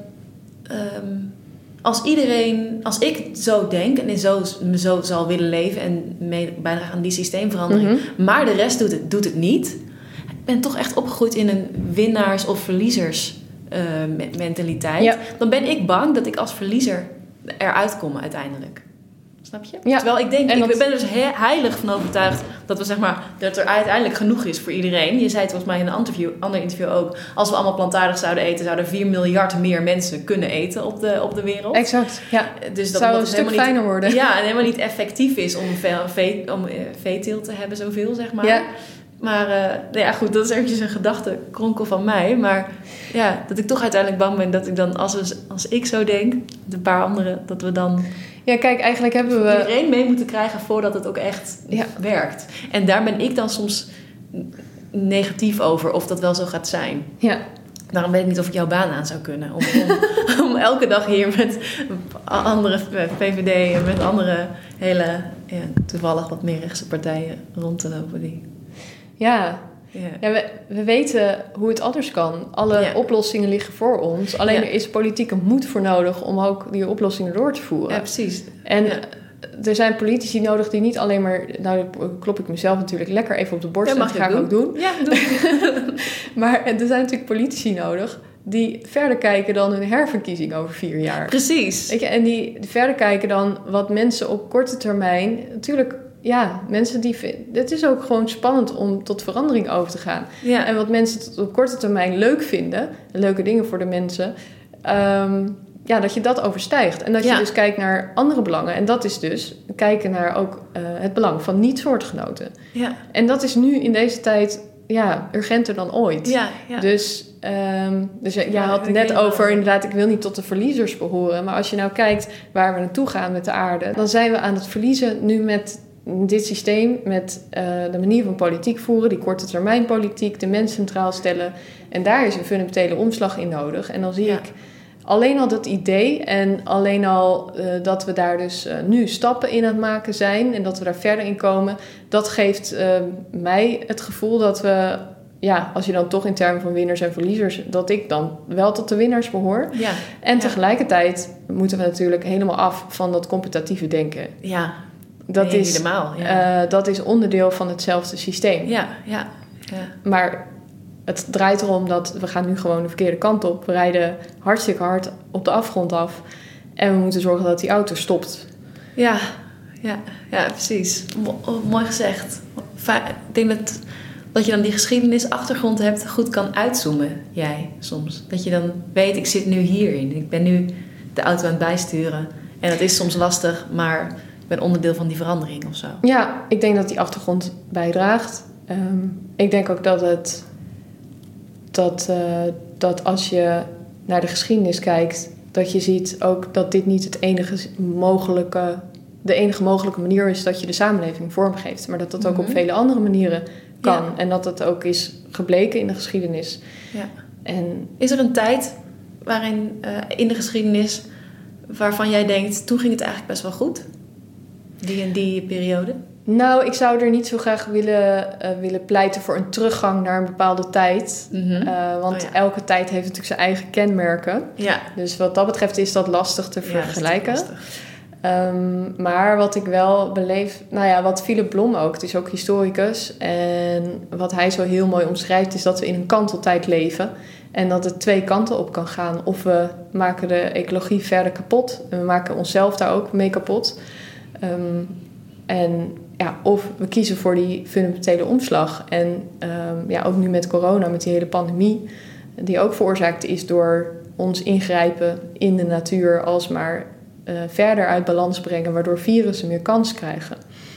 um, als iedereen... Als ik zo denk en zo, zo zal willen leven en mee bijdragen aan die systeemverandering, Mhm. maar de rest doet het, doet het niet. Ik ben toch echt opgegroeid in een winnaars- of verliezers uh, mentaliteit. Ja. Dan ben ik bang dat ik als verliezer eruit kom uiteindelijk. Snap je? Ja. Terwijl ik denk, En ik dat... ben er dus he- heilig van overtuigd dat we zeg maar dat er uiteindelijk genoeg is voor iedereen. Je zei het volgens mij in een interview, ander interview ook. Als we allemaal plantaardig zouden eten, zouden er vier miljard meer mensen kunnen eten op de, op de wereld. Exact, ja. Dus dat zou dat een stuk niet, fijner worden. Ja, en helemaal niet effectief is om, ve- ve- om uh, veeteelt te hebben zoveel, zeg maar. Ja. Maar uh, nou ja, goed, dat is eventjes een gedachtenkronkel van mij. Maar ja, dat ik toch uiteindelijk bang ben dat ik dan, als, we, als ik zo denk, een paar anderen, dat we dan... Ja, kijk, eigenlijk hebben we... iedereen mee moeten krijgen voordat het ook echt ja. werkt. En daar ben ik dan soms negatief over, of dat wel zo gaat zijn. Ja. Daarom weet ik niet of ik jouw baan aan zou kunnen. Om, om, om elke dag hier met andere P V D en met andere hele, ja, toevallig wat meer rechtse partijen rond te lopen. Die... Ja, ja. ja we, we weten hoe het anders kan. Alle ja. oplossingen liggen voor ons. Alleen ja. er is politieke moed voor nodig om ook die oplossingen door te voeren. Ja, precies. En ja. er zijn politici nodig die niet alleen maar... Nou, klop ik mezelf natuurlijk lekker even op de borst. Ja, dat ga ik doen. ook doen. Ja, doe. Maar er zijn natuurlijk politici nodig die verder kijken dan hun herverkiezing over vier jaar. Precies. Weet je, en die verder kijken dan wat mensen op korte termijn... Natuurlijk, ja, mensen die... Het is ook gewoon spannend om tot verandering over te gaan. Ja. En wat mensen tot op korte termijn leuk vinden... leuke dingen voor de mensen... Um, ja, dat je dat overstijgt. En dat ja. je dus kijkt naar andere belangen. En dat is dus kijken naar ook uh, het belang van niet-soortgenoten. Ja. En dat is nu in deze tijd ja, urgenter dan ooit. Ja, ja. Dus, um, dus je ja, had het net wel. over, inderdaad, ik wil niet tot de verliezers behoren. Maar als je nou kijkt waar we naartoe gaan met de aarde... dan zijn we aan het verliezen nu met dit systeem... met uh, de manier van politiek voeren, die korte termijn politiek... de mens centraal stellen. En daar is een fundamentele omslag in nodig. En dan zie ja. ik... Alleen al dat idee en alleen al uh, dat we daar dus uh, nu stappen in aan het maken zijn... en dat we daar verder in komen... dat geeft uh, mij het gevoel dat we... ja, als je dan toch in termen van winnaars en verliezers... dat ik dan wel tot de winnaars behoor. Ja. En ja. tegelijkertijd moeten we natuurlijk helemaal af van dat competitieve denken. Ja, dat, nee, is, helemaal. Ja. Uh, dat is onderdeel van hetzelfde systeem. Ja, ja, ja. Maar... Het draait erom dat we gaan nu gewoon de verkeerde kant op. We rijden hartstikke hard op de afgrond af. En we moeten zorgen dat die auto stopt. Ja, ja, ja precies. Mo- mooi gezegd. Ik denk dat, dat je dan die geschiedenisachtergrond hebt goed kan uitzoomen. Jij soms. Dat je dan weet, ik zit nu hierin. Ik ben nu de auto aan het bijsturen. En dat is soms lastig, maar ik ben onderdeel van die verandering of zo. Ja, ik denk dat die achtergrond bijdraagt. Um, ik denk ook dat het... Dat, uh, dat als je naar de geschiedenis kijkt... dat je ziet ook dat dit niet het enige mogelijke, de enige mogelijke manier is... dat je de samenleving vormgeeft. Maar dat dat ook mm-hmm. op vele andere manieren kan. Ja. En dat dat ook is gebleken in de geschiedenis. Ja. En, is er een tijd waarin uh, in de geschiedenis... waarvan jij denkt, toen ging het eigenlijk best wel goed? Die en die periode? Nou, ik zou er niet zo graag willen, uh, willen pleiten voor een teruggang naar een bepaalde tijd. Mm-hmm. Uh, want oh, ja. elke tijd heeft natuurlijk zijn eigen kenmerken. Ja. Dus wat dat betreft is dat lastig te vergelijken. Ja, um, maar wat ik wel beleef... Nou ja, wat Philip Blom ook, het is ook historicus. En wat hij zo heel mooi omschrijft... is dat we in een kanteltijd leven. En dat het twee kanten op kan gaan. Of we maken de ecologie verder kapot. En we maken onszelf daar ook mee kapot. Um, en... Ja, of we kiezen voor die fundamentele omslag. En um, ja, ook nu met corona, met die hele pandemie... die ook veroorzaakt is door ons ingrijpen in de natuur... alsmaar uh, verder uit balans brengen... waardoor virussen meer kans krijgen.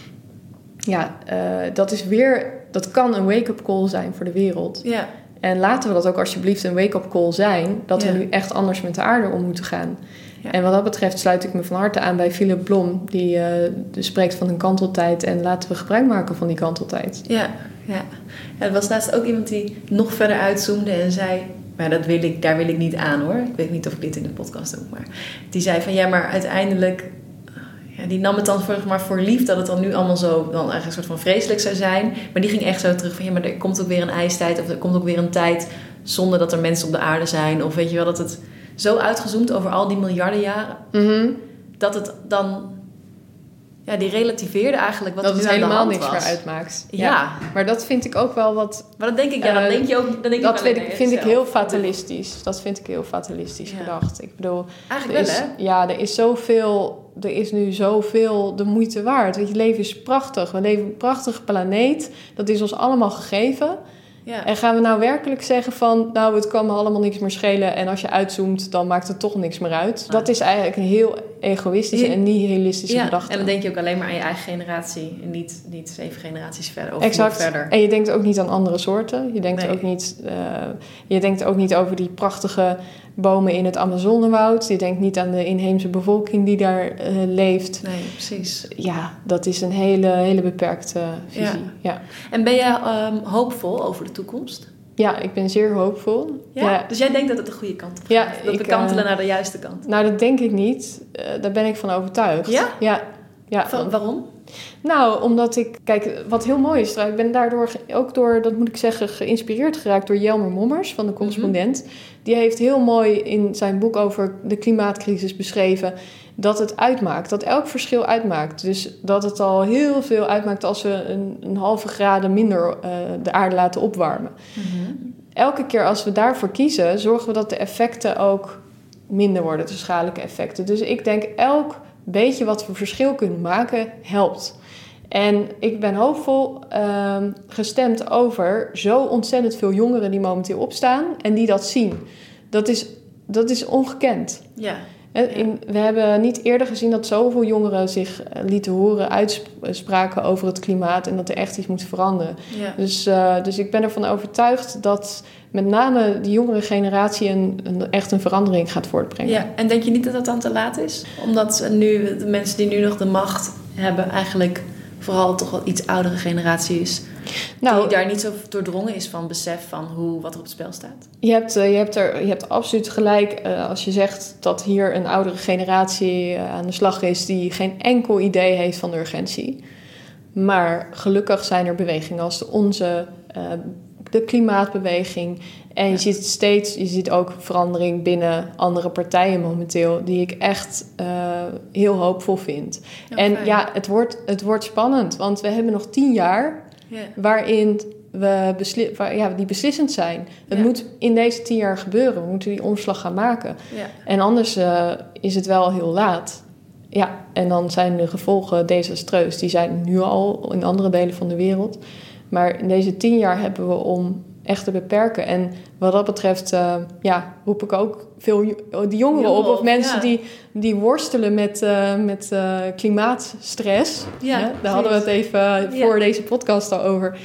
Ja, uh, dat is weer... dat kan een wake-up call zijn voor de wereld. Ja. En laten we dat ook alsjeblieft een wake-up call zijn... dat ja. we nu echt anders met de aarde om moeten gaan... Ja. En wat dat betreft sluit ik me van harte aan bij Philip Blom... die uh, dus spreekt van een kanteltijd... en laten we gebruik maken van die kanteltijd. Ja, ja. ja er was laatst ook iemand die nog verder uitzoomde en zei... maar dat wil ik, daar wil ik niet aan hoor. Ik weet niet of ik dit in de podcast doe, maar... die zei van ja, maar uiteindelijk... Ja, die nam het dan voor, maar voor lief dat het dan nu allemaal zo... dan eigenlijk een soort van vreselijk zou zijn. Maar die ging echt zo terug van... ja, maar er komt ook weer een ijstijd... of er komt ook weer een tijd... zonder dat er mensen op de aarde zijn. Of weet je wel, dat het... zo uitgezoomd over al die miljarden jaren... Mm-hmm. dat het dan... ja, die relativeerde eigenlijk wat dat er nu het aan de helemaal hand niks was. meer uitmaakt. Ja. ja. Maar dat vind ik ook wel wat... Maar dat denk ik, ja, dat uh, denk je ook... Dan denk dat ik vind, ik, vind ik zelf. heel fatalistisch. Dat vind ik heel fatalistisch ja. gedacht. Ik bedoel... Eigenlijk er wel, is, hè? Ja, er is zoveel er is nu zoveel de moeite waard. Weet je, leven is prachtig. We leven op een prachtige planeet. Dat is ons allemaal gegeven. Ja. En gaan we nou werkelijk zeggen van, nou, het kan me allemaal niks meer schelen en als je uitzoomt, dan maakt het toch niks meer uit. Dat is eigenlijk een heel egoïstische en nihilistische ja. gedachte. En dan denk je ook alleen maar aan je eigen generatie en niet, niet zeven generaties verder of exact. verder. En je denkt ook niet aan andere soorten. Je denkt, nee. ook niet, uh, je denkt ook niet over die prachtige bomen in het Amazonewoud. Je denkt niet aan de inheemse bevolking die daar uh, leeft. Nee, precies. Ja, dat is een hele, hele beperkte visie. Ja. Ja. En ben je um, hoopvol over de toekomst? Ja, ik ben zeer hoopvol. Ja? Ja. Dus jij denkt dat het de goede kant op gaat? Ja, dat ik, we kantelen uh, naar de juiste kant? Nou, dat denk ik niet. Uh, daar ben ik van overtuigd. Ja? Ja. ja. Van, waarom? Nou, omdat ik... Kijk, wat heel mooi is... Ik ben daardoor ook door, dat moet ik zeggen, geïnspireerd geraakt door Jelmer Mommers van de Correspondent. Mm-hmm. Die heeft heel mooi in zijn boek over de klimaatcrisis beschreven dat het uitmaakt. Dat elk verschil uitmaakt. Dus dat het al heel veel uitmaakt als we een, een halve graden minder uh, de aarde laten opwarmen. Mm-hmm. Elke keer als we daarvoor kiezen, zorgen we dat de effecten ook minder worden. De schadelijke effecten. Dus ik denk elk beetje wat we verschil kunnen maken, helpt. En ik ben hoopvol uh, gestemd over zo ontzettend veel jongeren die momenteel opstaan en die dat zien. Dat is, dat is ongekend. Ja. In, we hebben niet eerder gezien dat zoveel jongeren zich lieten horen, uitspraken over het klimaat en dat er echt iets moet veranderen. Ja. Dus, uh, dus ik ben ervan overtuigd dat met name de jongere generatie een, een, echt een verandering gaat voortbrengen. Ja, en denk je niet dat dat dan te laat is? Omdat nu de mensen die nu nog de macht hebben eigenlijk vooral toch wel iets oudere generatie is. Nou, die daar niet zo doordrongen is van besef van hoe, wat er op het spel staat. Je hebt, uh, je hebt, er, je hebt absoluut gelijk uh, als je zegt dat hier een oudere generatie uh, aan de slag is die geen enkel idee heeft van de urgentie. Maar gelukkig zijn er bewegingen als de onze, uh, de klimaatbeweging. En je ziet steeds, je ziet ook verandering binnen andere partijen momenteel, die ik echt uh, heel hoopvol vind. Heel en fijn. ja, het wordt, het wordt spannend, want we hebben nog tien jaar yeah. waarin we besli- waar, ja, die beslissend zijn. Het yeah. moet in deze tien jaar gebeuren. We moeten die omslag gaan maken. Yeah. En anders uh, is het wel heel laat. Ja, en dan zijn de gevolgen desastreus. Die zijn nu al in andere delen van de wereld. Maar in deze tien jaar hebben we om echt te beperken. En wat dat betreft, uh, ja, roep ik ook veel die jongeren op. Of mensen ja. die, die worstelen met, uh, met uh, klimaatstress. Ja, ja, daar hadden we het even ja. voor deze podcast al over.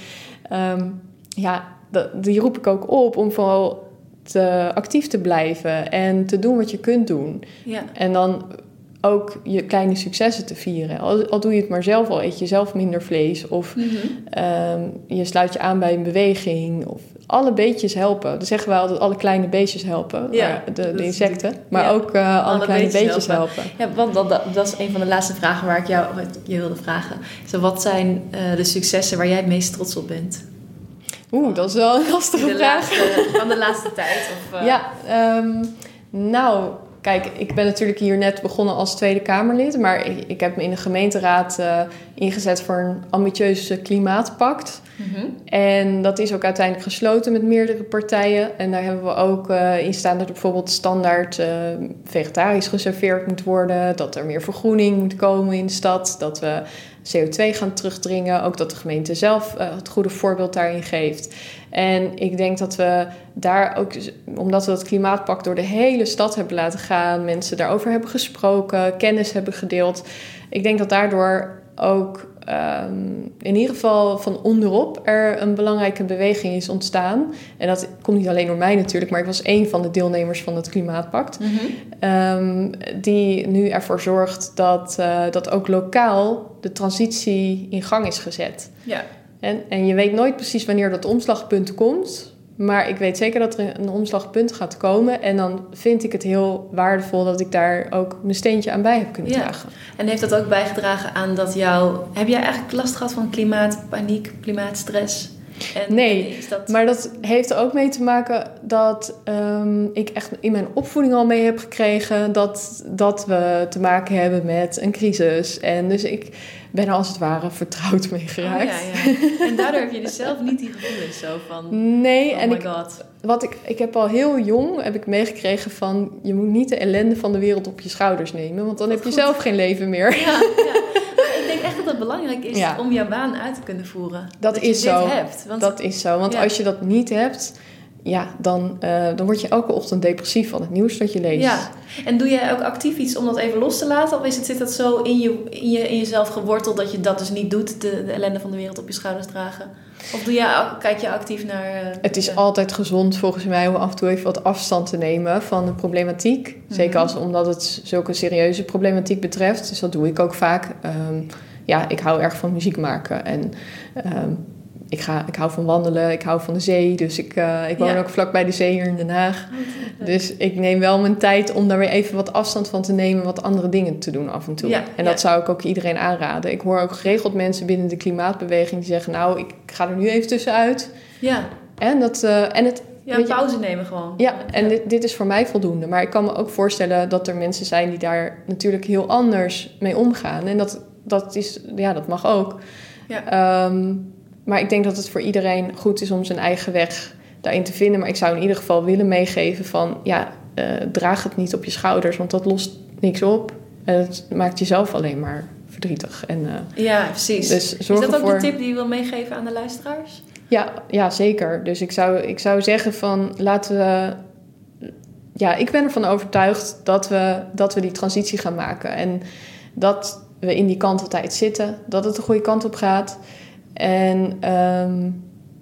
Um, ja, die roep ik ook op om vooral te, actief te blijven. En te doen wat je kunt doen. Ja. En dan ook je kleine successen te vieren. Al, al doe je het maar zelf, al eet je zelf minder vlees. Of mm-hmm. um, je sluit je aan bij een beweging. Of alle beetjes helpen. Dan zeggen we altijd alle kleine beestjes helpen. Ja, de, de insecten. Maar ja, ook uh, alle, alle kleine beetjes, beetjes helpen. helpen. Ja, want dat, dat, dat is een van de laatste vragen waar ik jou je wilde vragen. So, wat zijn uh, de successen waar jij het meest trots op bent? Oeh, dat is wel een lastige de vraag. Laatste, van de laatste tijd? Of, uh... Ja, um, nou... Kijk, ik ben natuurlijk hier net begonnen als Tweede Kamerlid, maar ik, ik heb me in de gemeenteraad uh, ingezet voor een ambitieus klimaatpact. Mm-hmm. En dat is ook uiteindelijk gesloten met meerdere partijen. En daar hebben we ook uh, in staan dat er bijvoorbeeld standaard uh, vegetarisch geserveerd moet worden, dat er meer vergroening moet komen in de stad, dat we C O twee gaan terugdringen, ook dat de gemeente zelf uh, het goede voorbeeld daarin geeft. En ik denk dat we daar ook, omdat we dat klimaatpact door de hele stad hebben laten gaan, mensen daarover hebben gesproken, kennis hebben gedeeld. Ik denk dat daardoor ook um, in ieder geval van onderop er een belangrijke beweging is ontstaan. En dat komt niet alleen door mij natuurlijk, maar ik was één van de deelnemers van het klimaatpact. Mm-hmm. Um, die nu ervoor zorgt dat, uh, dat ook lokaal de transitie in gang is gezet. Ja. En, en je weet nooit precies wanneer dat omslagpunt komt. Maar ik weet zeker dat er een omslagpunt gaat komen. En dan vind ik het heel waardevol dat ik daar ook mijn steentje aan bij heb kunnen ja. dragen. En heeft dat ook bijgedragen aan dat jou... Heb jij eigenlijk last gehad van klimaatpaniek, klimaatstress? En, nee, en is dat... maar dat heeft er ook mee te maken dat um, ik echt in mijn opvoeding al mee heb gekregen dat, dat we te maken hebben met een crisis. En dus ik ben er als het ware vertrouwd mee geraakt. Oh, ja, ja. En daardoor heb je dus zelf niet die gevoelens zo van... Nee, oh en my ik, god. Wat ik, ik heb al heel jong heb ik meegekregen van... je moet niet de ellende van de wereld op je schouders nemen... want dan Wat heb je goed. zelf geen leven meer. Ja, ja. Ik denk echt dat het belangrijk is Ja. om jouw baan uit te kunnen voeren. Dat, dat is je zo. dit hebt. Want, dat is zo. Want ja. als je dat niet hebt... ja, dan, uh, dan word je elke ochtend depressief van het nieuws dat je leest. Ja. En doe jij ook actief iets om dat even los te laten? Of is het, zit dat zo in, je, in, je, in jezelf geworteld dat je dat dus niet doet? De, de ellende van de wereld op je schouders dragen? Of doe je, kijk je actief naar... Uh, het is de... altijd gezond volgens mij om af en toe even wat afstand te nemen van de problematiek. Mm-hmm. Zeker als, omdat het zulke serieuze problematiek betreft. Dus dat doe ik ook vaak. Um, ja, ik hou erg van muziek maken. En um, ik, ga, ik hou van wandelen. Ik hou van de zee. Dus ik, uh, ik woon ja. ook vlak bij de zee hier in Den Haag. Oh, dus ik neem wel mijn tijd om daar weer even wat afstand van te nemen. Wat andere dingen te doen af en toe. Ja, en dat ja. zou ik ook iedereen aanraden. Ik hoor ook geregeld mensen binnen de klimaatbeweging die zeggen... nou, ik ga er nu even tussenuit. Ja. En, dat, uh, en het... Ja, een pauze je, nemen gewoon. Ja, en ja. Dit, dit is voor mij voldoende. Maar ik kan me ook voorstellen dat er mensen zijn die daar natuurlijk heel anders mee omgaan. En dat, dat, is, ja, dat mag ook. Ja. Um, maar ik denk dat het voor iedereen goed is om zijn eigen weg daarin te vinden. Maar ik zou in ieder geval willen meegeven van... ja, uh, draag het niet op je schouders, want dat lost niks op. En het maakt jezelf alleen maar verdrietig. En, uh, ja, precies. Dus is dat ook ervoor... de tip die je wil meegeven aan de luisteraars? Ja, ja, zeker. Dus ik zou, ik zou zeggen van laten we... Ja, ik ben ervan overtuigd dat we, dat we die transitie gaan maken. En dat we in die kanteltijd zitten. Dat het de goede kant op gaat. En, um,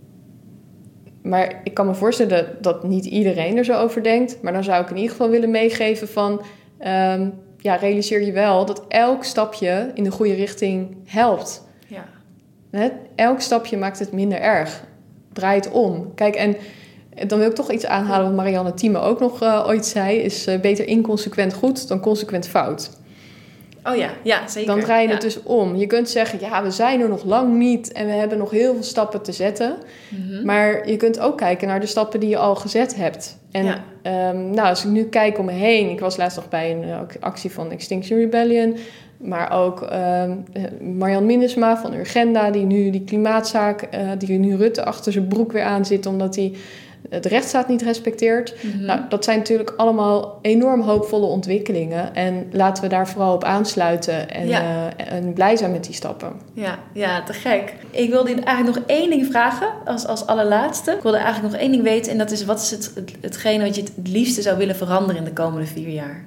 maar ik kan me voorstellen dat niet iedereen er zo over denkt. Maar dan zou ik in ieder geval willen meegeven van... Um, ja, realiseer je wel dat elk stapje in de goede richting helpt. Ja. He, elk stapje maakt het minder erg. Draai het om. Kijk, en dan wil ik toch iets aanhalen wat Marianne Thieme ook nog uh, ooit zei... is uh, beter inconsequent goed dan consequent fout. Oh ja, ja, zeker. Dan draai je ja. het dus om. Je kunt zeggen, ja, we zijn er nog lang niet... en we hebben nog heel veel stappen te zetten. Mm-hmm. Maar je kunt ook kijken naar de stappen die je al gezet hebt. En ja. um, nou, als ik nu kijk om me heen... ik was laatst nog bij een uh, actie van Extinction Rebellion... maar ook um, Marjan Minnesma van Urgenda... die nu die klimaatzaak, uh, die nu Rutte achter zijn broek weer aan zit... omdat hij de rechtsstaat niet respecteert. Mm-hmm. Nou, dat zijn natuurlijk allemaal enorm hoopvolle ontwikkelingen. En laten we daar vooral op aansluiten en, ja. uh, en blij zijn met die stappen. Ja, ja, te gek. Ik wilde eigenlijk nog één ding vragen als, als allerlaatste. Ik wilde eigenlijk nog één ding weten en dat is... wat is het, het, hetgene wat je het liefste zou willen veranderen in de komende vier jaar?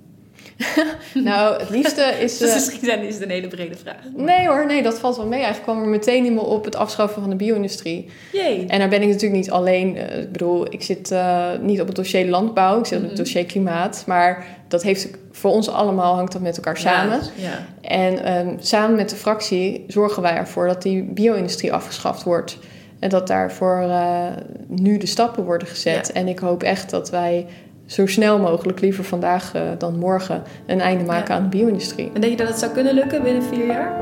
Nou, het liefste is... Dus misschien is het een hele brede vraag. Nee hoor, nee, dat valt wel mee. Eigenlijk kwam er meteen in me op het afschaffen van de bio-industrie. Jee. En daar ben ik natuurlijk niet alleen... Uh, ik bedoel, ik zit uh, niet op het dossier landbouw. Ik zit mm-hmm. op het dossier klimaat. Maar dat heeft voor ons allemaal, hangt dat met elkaar samen. Ja, ja. En um, samen met de fractie zorgen wij ervoor dat die bio-industrie afgeschaft wordt. En dat daarvoor uh, nu de stappen worden gezet. Ja. En ik hoop echt dat wij... zo snel mogelijk, liever vandaag uh, dan morgen... een einde maken ja. aan de bio-industrie. En denk je dat het zou kunnen lukken binnen vier jaar?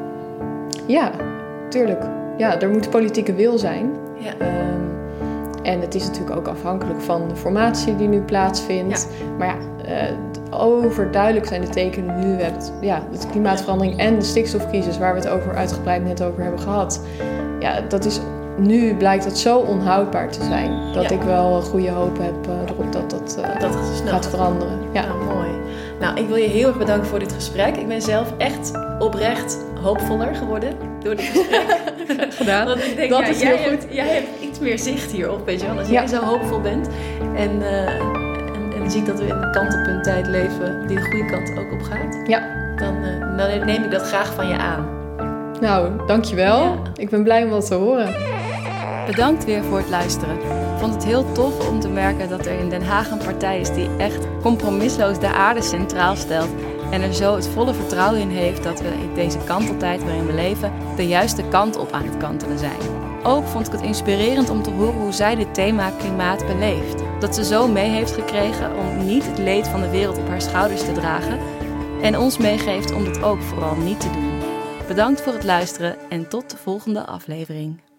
Ja, tuurlijk. Ja, er moet politieke wil zijn. Ja. Um, en het is natuurlijk ook afhankelijk van de formatie die nu plaatsvindt. Ja. Maar ja, uh, overduidelijk zijn de tekenen nu. We hebben ja, de klimaatverandering en de stikstofcrisis... waar we het over uitgebreid net over hebben gehad. Ja, dat is... Nu blijkt dat zo onhoudbaar te zijn... dat ja. ik wel goede hoop heb uh, erop dat dat, uh, dat gaat veranderen. Ja. Nou, mooi. Nou, ik wil je heel erg bedanken voor dit gesprek. Ik ben zelf echt oprecht hoopvoller geworden door dit gesprek. Gedaan. Want ik denk, dat ja, is jij heel hebt, goed. Jij hebt iets meer zicht hierop, weet je wel. Als ja. jij zo hoopvol bent en, uh, en, en ziet dat we in een kantelpunttijd leven... die de goede kant ook op gaat... Ja. Dan, uh, dan neem ik dat graag van je aan. Nou, dankjewel. Ja. Ik ben blij om dat te horen. Bedankt weer voor het luisteren. Ik vond het heel tof om te merken dat er in Den Haag een partij is die echt compromisloos de aarde centraal stelt en er zo het volle vertrouwen in heeft dat we in deze kanteltijd waarin we leven de juiste kant op aan het kantelen zijn. Ook vond ik het inspirerend om te horen hoe zij dit thema klimaat beleeft. Dat ze zo mee heeft gekregen om niet het leed van de wereld op haar schouders te dragen en ons meegeeft om dat ook vooral niet te doen. Bedankt voor het luisteren en tot de volgende aflevering.